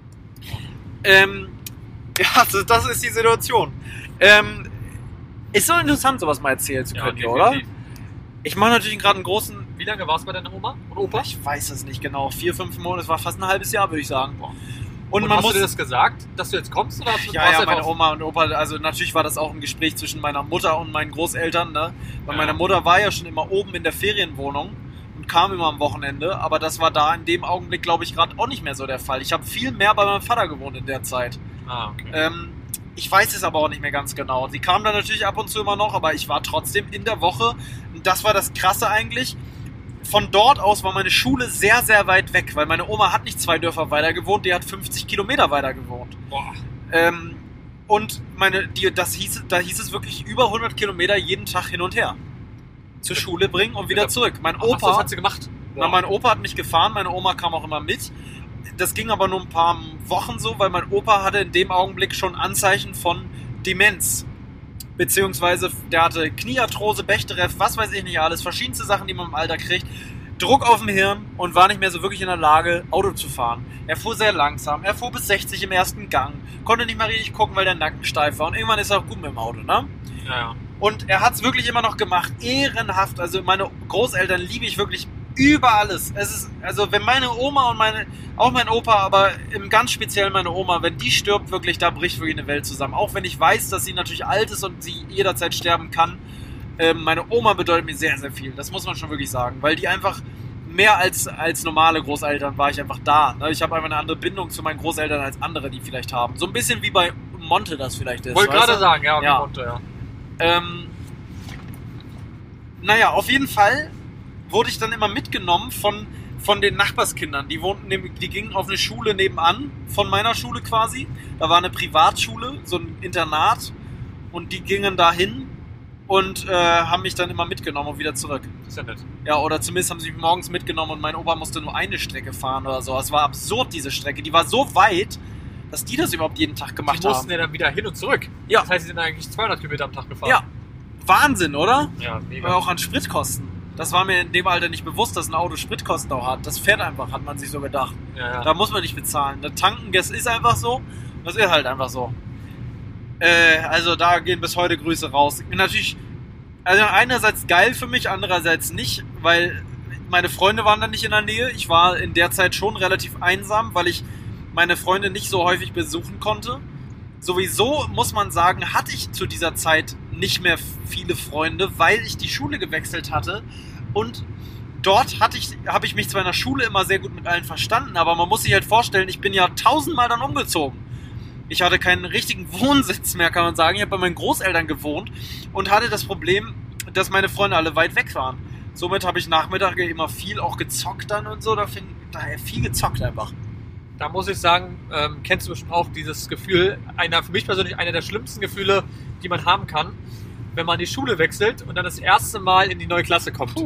Ja, das ist die Situation. Ist so interessant, sowas mal erzählen zu können, oder? Ich mache natürlich gerade einen großen... Wie lange war es bei deiner Oma und Opa? Ich weiß es nicht genau. 4-5 Monate, es war fast ein halbes Jahr, würde ich sagen. Und hast du dir das gesagt, dass du jetzt kommst? Oder hast du ja, meine Oma und Opa, also natürlich war das auch ein Gespräch zwischen meiner Mutter und meinen Großeltern, ne? Weil meine Mutter war ja schon immer oben in der Ferienwohnung und kam immer am Wochenende, aber das war da in dem Augenblick, glaube ich, gerade auch nicht mehr so der Fall. Ich habe viel mehr bei meinem Vater gewohnt in der Zeit. Okay. Ich weiß es aber auch nicht mehr ganz genau. Sie kam dann natürlich ab und zu immer noch, aber ich war trotzdem in der Woche, und das war das Krasse eigentlich, von dort aus war meine Schule sehr, sehr weit weg, weil meine Oma hat nicht 2 Dörfer weiter gewohnt, die hat 50 Kilometer weiter gewohnt. Boah. Und da hieß es wirklich über 100 Kilometer jeden Tag hin und her. Zur Schule bringen und wieder zurück. Mein Opa, was hat sie gemacht? Mein Opa hat mich gefahren, meine Oma kam auch immer mit. Das ging aber nur ein paar Wochen so, weil mein Opa hatte in dem Augenblick schon Anzeichen von Demenz. Beziehungsweise der hatte Kniearthrose, Bechterew, was weiß ich nicht alles, verschiedenste Sachen, die man im Alter kriegt. Druck auf dem Hirn und war nicht mehr so wirklich in der Lage, Auto zu fahren. Er fuhr sehr langsam, er fuhr bis 60 im ersten Gang, konnte nicht mehr richtig gucken, weil der Nacken steif war und irgendwann ist er auch gut mit dem Auto, ne? Ja. Und er hat es wirklich immer noch gemacht, ehrenhaft. Also meine Großeltern liebe ich wirklich über alles. Es ist, also wenn meine Oma und auch mein Opa, aber im ganz speziell meine Oma, wenn die stirbt wirklich, da bricht wirklich eine Welt zusammen. Auch wenn ich weiß, dass sie natürlich alt ist und sie jederzeit sterben kann. Meine Oma bedeutet mir sehr, sehr viel. Das muss man schon wirklich sagen. Weil die einfach mehr als normale Großeltern war ich einfach da. Ich habe einfach eine andere Bindung zu meinen Großeltern als andere, die vielleicht haben. So ein bisschen wie bei Monte das vielleicht ist. Wollte gerade sagen, ja, ja. Monte, ja. Naja, auf jeden Fall wurde ich dann immer mitgenommen von den Nachbarskindern. Die gingen auf eine Schule nebenan, von meiner Schule quasi. Da war eine Privatschule, so ein Internat. Und die gingen da hin und haben mich dann immer mitgenommen und wieder zurück. Das ist ja nett. Ja, oder zumindest haben sie mich morgens mitgenommen und mein Opa musste nur eine Strecke fahren oder so. Es war absurd, diese Strecke. Die war so weit, dass die das überhaupt jeden Tag gemacht haben. Die mussten ja dann wieder hin und zurück. Ja. Das heißt, sie sind eigentlich 200 Kilometer am Tag gefahren. Ja, Wahnsinn, oder? Ja, mega. Aber auch an Spritkosten. Das war mir in dem Alter nicht bewusst, dass ein Auto Spritkosten auch hat. Das fährt einfach, hat man sich so gedacht. Ja. Da muss man nicht bezahlen. Das Tanken, das ist einfach so. Das ist halt einfach so. Also da gehen bis heute Grüße raus. Ich bin natürlich, also einerseits geil für mich, andererseits nicht, weil meine Freunde waren dann nicht in der Nähe. Ich war in der Zeit schon relativ einsam, weil ich meine Freunde nicht so häufig besuchen konnte. Sowieso muss man sagen, hatte ich zu dieser Zeit nicht mehr viele Freunde, weil ich die Schule gewechselt hatte und dort habe ich mich zwar in der Schule immer sehr gut mit allen verstanden, aber man muss sich halt vorstellen, ich bin ja 1000-mal dann umgezogen. Ich hatte keinen richtigen Wohnsitz mehr, kann man sagen. Ich habe bei meinen Großeltern gewohnt und hatte das Problem, dass meine Freunde alle weit weg waren. Somit habe ich Nachmittage immer viel auch gezockt dann und so, daher viel gezockt einfach. Da muss ich sagen, kennst du bestimmt auch dieses Gefühl, für mich persönlich einer der schlimmsten Gefühle, die man haben kann, wenn man die Schule wechselt und dann das erste Mal in die neue Klasse kommt.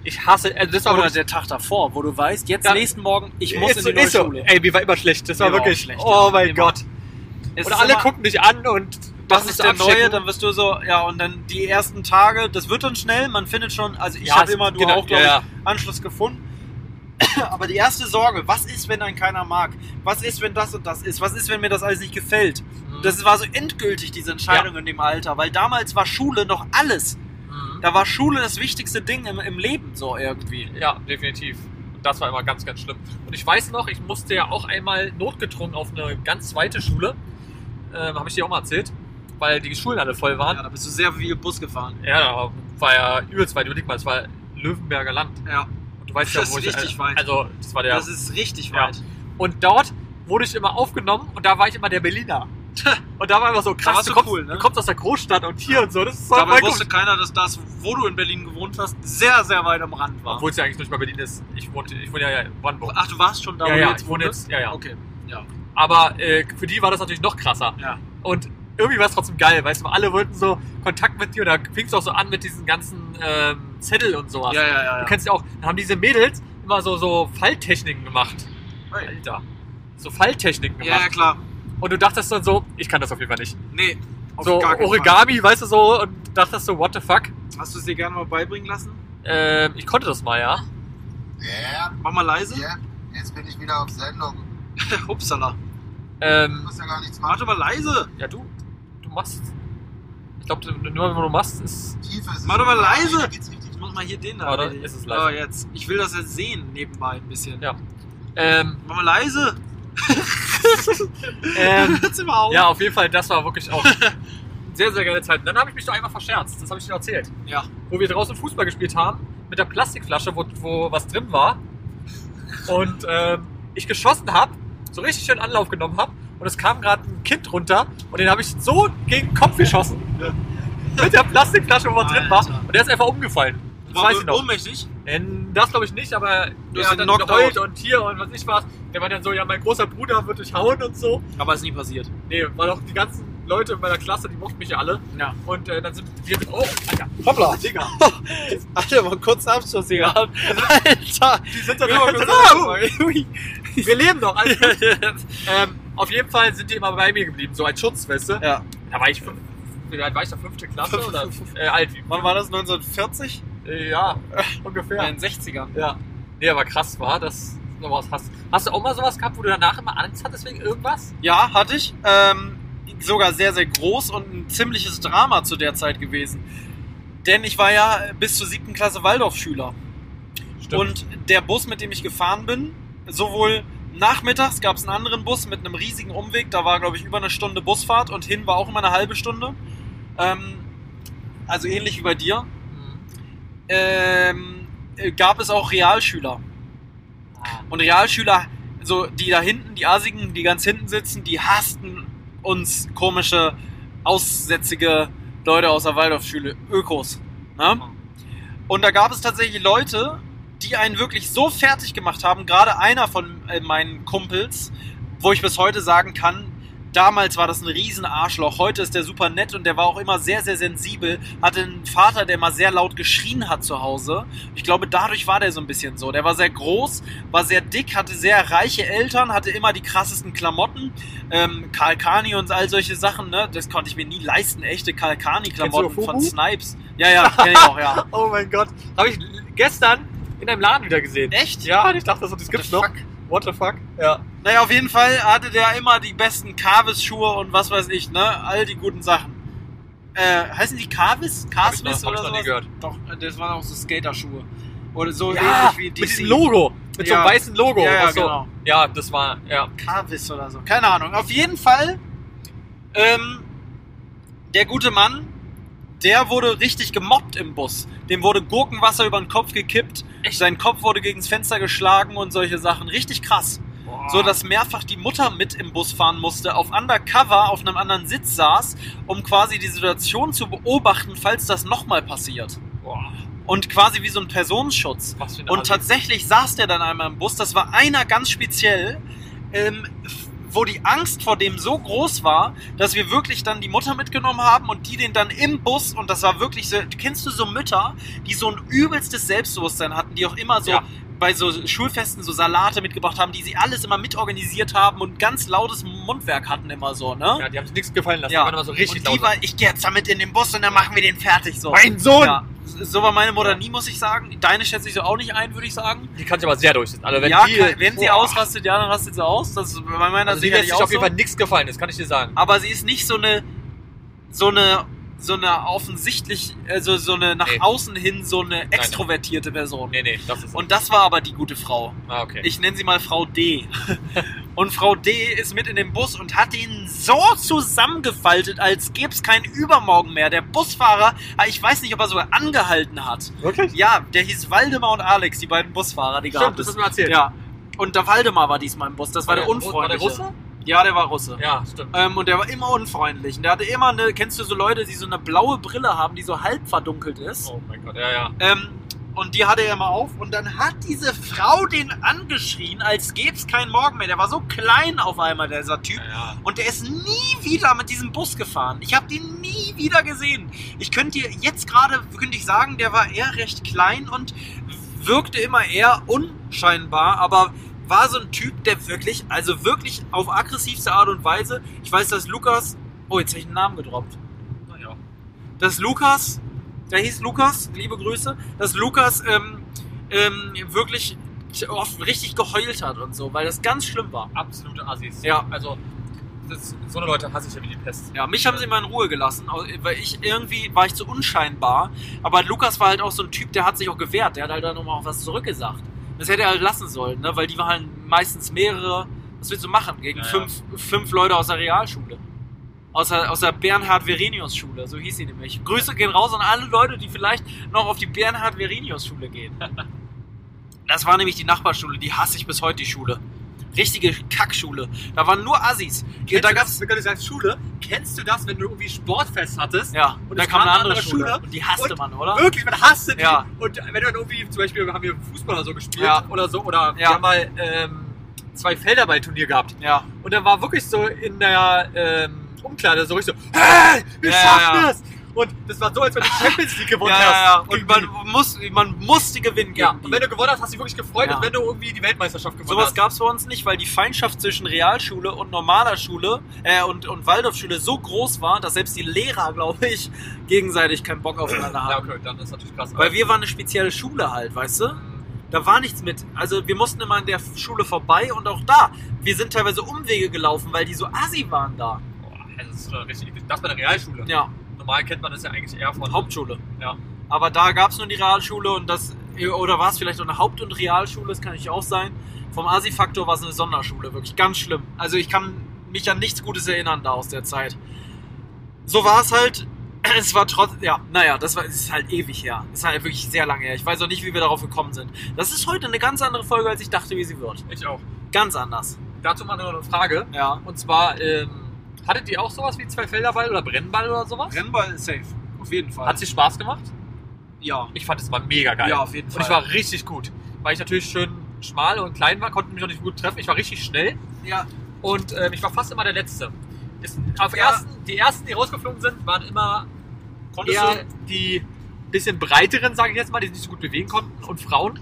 Ich hasse, also das war Oder wirklich, der Tag davor, wo du weißt, jetzt Ja. nächsten Morgen, ich muss in die neue ist so. Schule. Ey, mir war immer schlecht. Das war Mir war wirklich auch schlecht, oh ja. mein Immer. Gott. Es Und ist alle immer- gucken dich an und Das machen ist so der abchecken. neue, dann wirst du so, ja, und dann die ersten Tage, das wird dann schnell, man findet schon, also ich Ja, habe es- immer, du genau, auch, glaube ja, ich, Anschluss gefunden. Aber die erste Sorge, was ist, wenn einen keiner mag? Was ist, wenn das und das ist? Was ist, wenn mir das alles nicht gefällt? Das war so endgültig, diese Entscheidung in dem Alter, weil damals war Schule noch alles. Mhm. Da war Schule das wichtigste Ding im Leben, so irgendwie. Ja, definitiv. Und das war immer ganz, ganz schlimm. Und ich weiß noch, ich musste ja auch einmal notgedrungen auf eine ganz zweite Schule. Habe ich dir auch mal erzählt. Weil die Schulen alle voll waren. Ja, da bist du sehr viel Bus gefahren. Ja, da war ja übelst weit. Überleg mal, es war Löwenberger Land. Ja, Und du weißt Das ja, wo ist ich... richtig weit. Also, das war der... das ist richtig Ja. weit. Und dort wurde ich immer aufgenommen und da war ich immer der Berliner. Und da war immer so krass, warst du du kommst, cool, ne? du kommst aus der Großstadt und hier und so. Das ist so Dabei voll wusste gut. keiner, dass das, wo du in Berlin gewohnt hast, sehr, sehr weit am Rand war. Obwohl es ja eigentlich nicht mal Berlin ist. Ich wohne ja in Brandenburg. Ach, du warst schon da, Ja, wo ja, du jetzt ich wohne wohnst? jetzt- ja, ja. Okay, ja. Aber für die war das natürlich noch krasser. Ja. Und irgendwie war es trotzdem geil, weißt du, alle wollten so Kontakt mit dir und da fing es auch so an mit diesen ganzen Zettel und sowas. Ja. Du kennst ja auch, dann haben diese Mädels immer so Falltechniken gemacht. Hey. Alter. So Falltechniken gemacht. Ja, klar. Und du dachtest dann so, ich kann das auf jeden Fall nicht. Nee, auf So gar keinen Origami, weißt du so, und dachtest so, what the fuck? Fall. Hast du es dir gerne mal beibringen lassen? Ich konnte das mal, ja. Ja, Mach mal leise. ja, jetzt bin ich wieder auf Sendung. Upsala. Du musst ja gar nichts Mach machen. doch mal leise. Ja, du machst. Ich glaube, nur wenn du machst, ist. Tiefe ist es. Mach doch mal leise. Da geht's richtig Ich muss mal hier den da. Warte, erledigen. ist es leise? Oh, jetzt. Ich will das jetzt sehen, nebenbei ein bisschen. Ja. Mach mal leise. Hört's immer auf. Ja, auf jeden Fall, das war wirklich auch sehr, sehr geile Zeit. Und dann habe ich mich doch einmal verscherzt, das habe ich dir erzählt. Ja. Wo wir draußen Fußball gespielt haben, mit der Plastikflasche, wo was drin war. Und ich geschossen habe, so richtig schön Anlauf genommen habe. Und es kam gerade ein Kind runter und den habe ich so gegen den Kopf geschossen. Mit der Plastikflasche, wo was drin war. Alter. Und der ist einfach umgefallen. Das War weiß ich noch. ohnmächtig. Das glaube ich nicht, aber Du der hast hat ihn dann knocked geheult out. und hier und was ich was. Der war dann so, ja, mein großer Bruder wird dich hauen und so. Aber ist nie passiert. Nee, war doch die ganzen Leute in meiner Klasse, die mochten mich ja alle. Ja. Und dann sind wir mit, oh, Alter, Hoppla. Digga. Alter, mal kurz Abschluss hier gehabt. Alter. Die sind dann Immer immer kurz wir leben doch, alles gut. Auf jeden Fall sind die immer bei mir geblieben, so als Schutz, weißt du? Ja. Da war ich wie alt war ich da? 5. Klasse oder alt? Wann war das? 1940? Ja, ungefähr. In den 60ern. Ja. Nee, aber krass war das. Sowas hast du auch mal sowas gehabt, wo du danach immer Angst hattest wegen irgendwas? Ja, hatte ich. Sogar sehr, sehr groß und ein ziemliches Drama zu der Zeit gewesen. Denn ich war ja bis zur 7. Klasse Waldorfschüler. Und der Bus, mit dem ich gefahren bin, sowohl nachmittags gab es einen anderen Bus mit einem riesigen Umweg, da war, glaube ich, über eine Stunde Busfahrt und hin war auch immer eine halbe Stunde. Also ähnlich wie bei dir. Gab es auch Realschüler. Und Realschüler, so die da hinten, die Asigen, die ganz hinten sitzen, die hassten uns komische, aussätzige Leute aus der Waldorfschule, Ökos. Ne? Und da gab es tatsächlich Leute, die einen wirklich so fertig gemacht haben, gerade einer von meinen Kumpels, wo ich bis heute sagen kann, damals war das ein riesen Arschloch, heute ist der super nett und der war auch immer sehr, sehr sensibel, hatte einen Vater, der mal sehr laut geschrien hat zu Hause. Ich glaube, dadurch war der so ein bisschen so. Der war sehr groß, war sehr dick, hatte sehr reiche Eltern, hatte immer die krassesten Klamotten, Karl Kani und all solche Sachen, ne? Das konnte ich mir nie leisten, echte Karl Kani-Klamotten Kennst du von Fubu? Snipes. Ja, kenn ich auch, ja. Oh mein Gott. Habe ich gestern in einem Laden wieder gesehen. Echt? Ja, und ich dachte so, das gibt's noch. fuck? What the fuck? Ja. Naja, auf jeden Fall hatte der immer die besten Carvis-Schuhe und was weiß ich, ne? All die guten Sachen. Heißen die Carvis? Carswiss Hab ich oder noch nie sowas? gehört. Doch, das waren auch so Skaterschuhe. Oder so Ja, ähnlich wie DC. mit diesem Logo. Mit so Ja. einem weißen Logo. Ja, Ach so. genau. Ja, das war, ja. Carvis oder so. Keine Ahnung. Auf jeden Fall, der gute Mann, der wurde richtig gemobbt im Bus. Dem wurde Gurkenwasser über den Kopf gekippt. Echt? Sein Kopf wurde gegens Fenster geschlagen und solche Sachen. Richtig krass. So, dass mehrfach die Mutter mit im Bus fahren musste, auf Undercover auf einem anderen Sitz saß, um quasi die Situation zu beobachten, falls das nochmal passiert. Boah. Und quasi wie so ein Personenschutz. Was für eine Und Assi. tatsächlich saß der dann einmal im Bus, das war einer ganz speziell, wo die Angst vor dem so groß war, dass wir wirklich dann die Mutter mitgenommen haben und die den dann im Bus, und das war wirklich so, kennst du so Mütter, die so ein übelstes Selbstbewusstsein hatten, die auch immer so bei so Schulfesten so Salate mitgebracht haben, die sie alles immer mitorganisiert haben und ganz lautes Mundwerk hatten immer so, ne? Ja, die haben sich nichts gefallen lassen. Ja. Die waren immer so richtig und die laut. war, ich gehe jetzt damit in den Bus und dann machen wir den fertig so. Mein Sohn! Ja. So war meine Mutter nie, muss ich sagen. Deine schätze ich so auch nicht ein, würde ich sagen. Die kann sich aber sehr durchsetzen. Also wenn sie ausrastet, ja, dann rastet sie aus. Das ist bei meiner also die lässt sich auch auf jeden so. Fall nichts gefallen, das kann ich dir sagen. Aber sie ist nicht so eine offensichtlich, also so eine nach außen hin so eine extrovertierte Person. Nee, das ist... Und das war aber die gute Frau. Ah, okay. Ich nenne sie mal Frau D. Und Frau D ist mit in den Bus und hat ihn so zusammengefaltet, als gäbe es keinen Übermorgen mehr. Der Busfahrer, ich weiß nicht, ob er sogar angehalten hat. Wirklich? Ja, der hieß Waldemar und Alex, die beiden Busfahrer, die gab es. Das hast du mir erzählt. Ja. Und der Waldemar war diesmal im Bus, das war der Unfreundliche. War der Russe? Ja, der war Russe. Ja, stimmt. Und der war immer unfreundlich. Und der hatte immer kennst du so Leute, die so eine blaue Brille haben, die so halb verdunkelt ist? Oh mein Gott, ja. Und die hatte er immer auf. Und dann hat diese Frau den angeschrien, als gäbe es keinen Morgen mehr. Der war so klein auf einmal, dieser Typ. Ja. Und der ist nie wieder mit diesem Bus gefahren. Ich habe den nie wieder gesehen. Ich könnte dir jetzt gerade, sagen, der war eher recht klein und wirkte immer eher unscheinbar, aber war so ein Typ, der wirklich auf aggressivste Art und Weise, ich weiß, dass Lukas, oh, jetzt habe ich einen Namen gedroppt. Naja. Dass Lukas, der hieß Lukas, liebe Grüße, dass Lukas wirklich oft richtig geheult hat und so, weil das ganz schlimm war. Absolute Assis. Ja. Also, so eine Leute hasse ich ja wie die Pest. Ja, mich haben sie mal in Ruhe gelassen, weil war ich zu unscheinbar, aber Lukas war halt auch so ein Typ, der hat sich auch gewehrt, der hat halt dann nochmal auch was zurückgesagt. Das hätte er halt lassen sollen, ne? Weil die waren halt meistens mehrere, was willst du machen, gegen fünf Leute aus der Realschule. Aus der Bernhard-Verenius-Schule, so hieß sie nämlich. Grüße gehen raus an alle Leute, die vielleicht noch auf die Bernhard-Verenius-Schule gehen. Das war nämlich die Nachbarschule, die hasse ich bis heute, die Schule. Richtige Kackschule. Da waren nur Assis. Da gab's, wenn du sagst Schule, kennst du das, wenn du irgendwie Sportfest hattest? Ja, und dann kam eine andere Schule. Und die hasste man, oder? Wirklich, man hasste die. Ja. Und wenn du dann irgendwie, zum Beispiel haben wir Fußball oder so gespielt oder so, oder wir Ja. haben mal 2 Felderball-Turnier gehabt. Ja. Und dann war wirklich so in der Umkleide so richtig so, hey, wir schaffen das! Und das war so, als wenn du die Champions League gewonnen hast. Und man musste gewinnen gegen und wenn du gewonnen hast, hast du dich wirklich gefreut, als wenn du irgendwie die Weltmeisterschaft gewonnen Sowas hast. gab es bei uns nicht, weil die Feindschaft zwischen Realschule und normaler Schule und Waldorfschule so groß war, dass selbst die Lehrer, glaube ich, gegenseitig keinen Bock aufeinander haben. Ja, okay, dann ist natürlich krass. Weil wir waren eine spezielle Schule halt, weißt du? Da war nichts mit. Also wir mussten immer an der Schule vorbei und auch da. Wir sind teilweise Umwege gelaufen, weil die so assi waren da. Boah, das ist schon richtig. Das bei der Realschule. Ja. Normal kennt man das ja eigentlich eher von Hauptschule. Ja. Aber da gab es nur die Realschule und oder war es vielleicht auch eine Haupt- und Realschule, das kann natürlich auch sein. Vom Asi-Faktor war es eine Sonderschule, wirklich ganz schlimm. Also ich kann mich an nichts Gutes erinnern da aus der Zeit. So war es halt. Es war es ist halt ewig her. Es ist halt wirklich sehr lange her. Ich weiß auch nicht, wie wir darauf gekommen sind. Das ist heute eine ganz andere Folge, als ich dachte, wie sie wird. Ich auch. Ganz anders. Dazu mal noch eine Frage. Ja. Und zwar, hattet ihr auch sowas wie 2 Felderball oder Brennball oder sowas? Rennball ist safe. Auf jeden Fall. Hat es dir Spaß gemacht? Ja. Ich fand es mal mega geil. Ja, auf jeden Fall. Und ich war richtig gut. Weil ich natürlich schön schmal und klein war, konnte mich auch nicht gut treffen. Ich war richtig schnell. Ja. Und ich war fast immer der Letzte. Die ersten, die rausgeflogen sind, waren immer eher die bisschen breiteren, sage ich jetzt mal, die sich nicht so gut bewegen konnten. Und Frauen.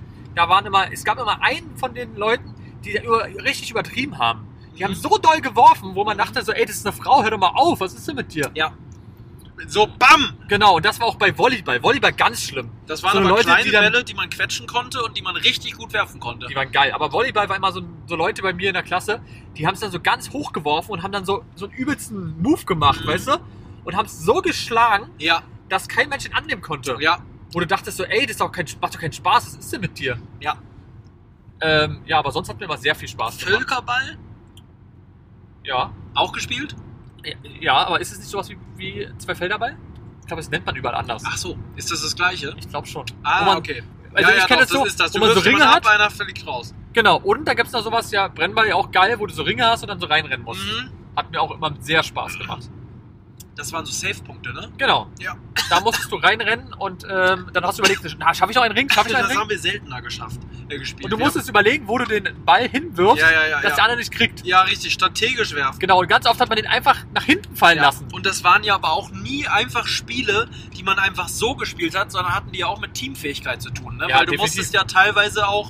Es gab immer einen von den Leuten, die richtig übertrieben haben. Die haben so doll geworfen, wo man dachte so, ey, das ist eine Frau, hör doch mal auf, was ist denn mit dir? Ja. So, BAM! Genau, und das war auch bei Volleyball. Volleyball ganz schlimm. Das waren so aber Leute, kleine die dann, Bälle, die man quetschen konnte und die man richtig gut werfen konnte. Die waren geil. Aber Volleyball war immer so Leute bei mir in der Klasse, die haben es dann so ganz hoch geworfen und haben dann so einen übelsten Move gemacht, weißt du? Und haben es so geschlagen, dass kein Mensch ihn annehmen konnte. Ja. Wo du dachtest so, ey, das macht doch keinen Spaß, was ist denn mit dir? Ja. Ja, aber sonst hat mir immer sehr viel Spaß gemacht. Völkerball? Ja. Auch gespielt? Ja, aber ist es nicht sowas wie 2 Felderball? Ich glaube, das nennt man überall anders. Ach so, ist das Gleiche? Ich glaube schon. Okay. Also ich kenne es so, wo man so Ringe hat. Einer fliegt raus. Genau, und da gibt es noch sowas, ja, Brennball ja auch geil, wo du so Ringe hast und dann so reinrennen musst. Hat mir auch immer sehr Spaß gemacht. Das waren so Safe-Punkte, ne? Genau. Ja. Da musstest du reinrennen und dann hast du überlegt, schaffe ich noch einen Ring? Das haben wir seltener gespielt. Und du musstest überlegen, wo du den Ball hinwirfst, dass der andere nicht kriegt. Ja, richtig, strategisch werfen. Genau, und ganz oft hat man den einfach nach hinten fallen lassen. Und das waren ja aber auch nie einfach Spiele, die man einfach so gespielt hat, sondern hatten die ja auch mit Teamfähigkeit zu tun. Ne? Ja, weil du musstest ja teilweise auch...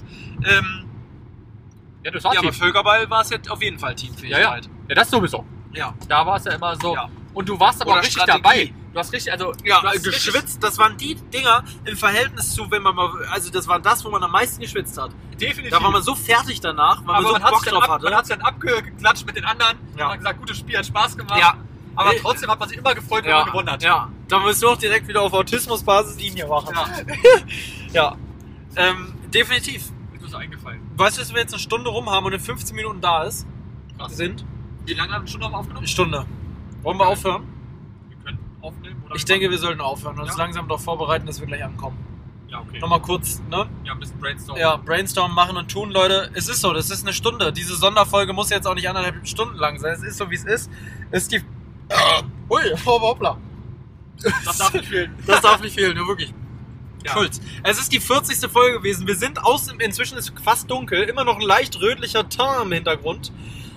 das war Team. Aber Völkerball war es jetzt auf jeden Fall Teamfähigkeit. Ja, das sowieso. Ja. Da war es ja immer so. Ja. Und du warst aber auch richtig Strategie. dabei. Du hast richtig, also... Ja, du hast geschwitzt, richtig, das waren die Dinger im Verhältnis zu, wenn man mal... Also das war das, wo man am meisten geschwitzt hat. definitiv. Da war man so fertig danach, weil man so Bock drauf hatte. Man hat sich dann abgeklatscht mit den anderen. Ja. Man hat gesagt, gutes Spiel, hat Spaß gemacht. Ja. Aber trotzdem hat man sich immer gefreut, wenn man gewonnen hat. Ja, da müssen wir auch direkt wieder auf Autismusbasis Linie machen. Ja. Ja. Definitiv. Ist mir so eingefallen. Weißt du, dass wir jetzt eine Stunde rum haben und in 15 Minuten da ist? Krass. Sind? Wie lange haben wir schon noch aufgenommen? Eine Stunde. Wollen wir aufhören? Wir können aufnehmen. Oder Ich denke, wir sollten aufhören und uns Ja. langsam darauf vorbereiten, dass wir gleich ankommen. Ja, okay. Nochmal kurz, ne? Ja, ein bisschen Brainstorm. Ja, Brainstorm machen und tun, Leute. Es ist so, das ist eine Stunde. Diese Sonderfolge muss jetzt auch nicht 1,5 Stunden lang sein. Es ist so, wie es ist. Es ist die... Ui, hoppla. Das darf nicht fehlen. Das darf nicht fehlen, ja wirklich. Ja. Schulz. Es ist die 40. Folge gewesen. Wir sind inzwischen ist fast dunkel, immer noch ein leicht rötlicher Ton im Hintergrund.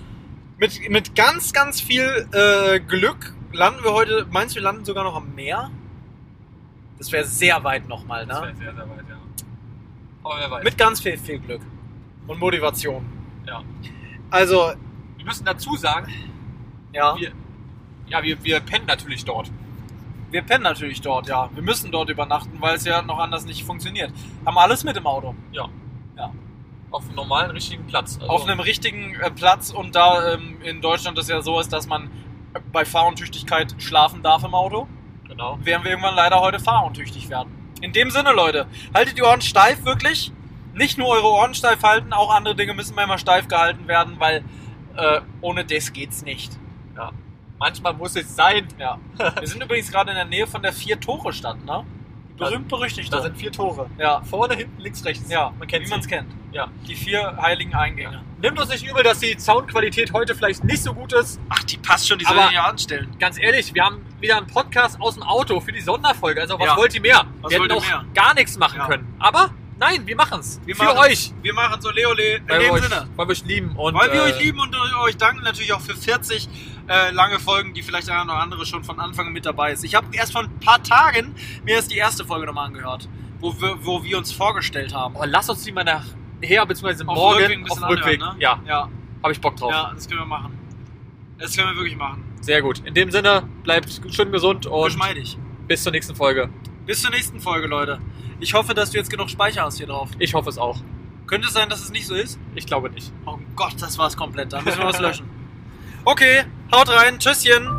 Mit ganz, ganz viel Glück landen wir heute, meinst du, wir landen sogar noch am Meer? Das wäre sehr weit nochmal, ne? Das wäre sehr, sehr weit, ja. Aber wer weiß. Mit ganz viel Glück und Motivation. Ja. Also, Wir müssen dazu sagen, ja, wir pennen natürlich dort. wir pennen natürlich dort, ja. Wir müssen dort übernachten, weil es ja noch anders nicht funktioniert. Haben alles mit im Auto. Ja. Ja. Auf einem normalen, richtigen Platz. Also Auf einem richtigen Platz und da in Deutschland das ja so ist, dass man bei Fahruntüchtigkeit schlafen darf im Auto, Genau. werden wir irgendwann leider heute fahruntüchtig werden. In dem Sinne, Leute, haltet die Ohren steif, wirklich. Nicht nur eure Ohren steif halten, auch andere Dinge müssen manchmal steif gehalten werden, weil ohne das geht's nicht. Ja. Manchmal muss es sein. Ja. Wir sind übrigens gerade in der Nähe von der 4-Tore-Stadt, ne? Berühmt-berüchtigt. Da sind 4 Tore. Ja. Vorne, hinten, links, rechts. Ja, Man kennt wie man es sie. kennt. Ja. Die 4 heiligen Eingänge. Nimmt uns nicht übel, dass die Soundqualität heute vielleicht nicht so gut ist. Ach, die passt schon, die soll soll ich ich ja anstellen. Ganz ehrlich, wir haben wieder einen Podcast aus dem Auto für die Sonderfolge. Also was Ja. wollt ihr mehr? Was Wir hätten wollt auch ihr mehr? gar nichts machen Ja. können. Aber nein, wir machen's. Wir für machen's. euch. Wir machen so Leole in Weil dem wir euch, Sinne. weil wir euch lieben. Und, Weil wir euch lieben und euch danken natürlich auch für 40 lange Folgen, die vielleicht der eine oder andere schon von Anfang an mit dabei ist. Ich habe erst vor ein paar Tagen mir erst die erste Folge nochmal angehört, wo wir uns vorgestellt haben. Oh, lass uns die mal nachher, beziehungsweise Auf morgen Rückweg ein bisschen auf Rückweg. anhören, ne? Ja, Ja, habe ich Bock drauf. ja, das können wir machen. Das können wir wirklich machen. Sehr gut. In dem Sinne, bleibt schön gesund und Geschmeidig. bis zur nächsten Folge. Bis zur nächsten Folge, Leute. Ich hoffe, dass du jetzt genug Speicher hast hier drauf. Ich hoffe es auch. Könnte es sein, dass es nicht so ist? Ich glaube nicht. Oh Gott, das war's komplett. Da müssen wir was löschen. Okay, haut rein. Tschüsschen.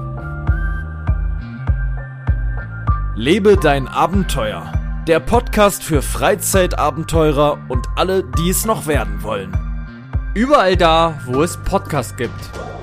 Lebe dein Abenteuer. Der Podcast für Freizeitabenteurer und alle, die es noch werden wollen. Überall da, wo es Podcasts gibt.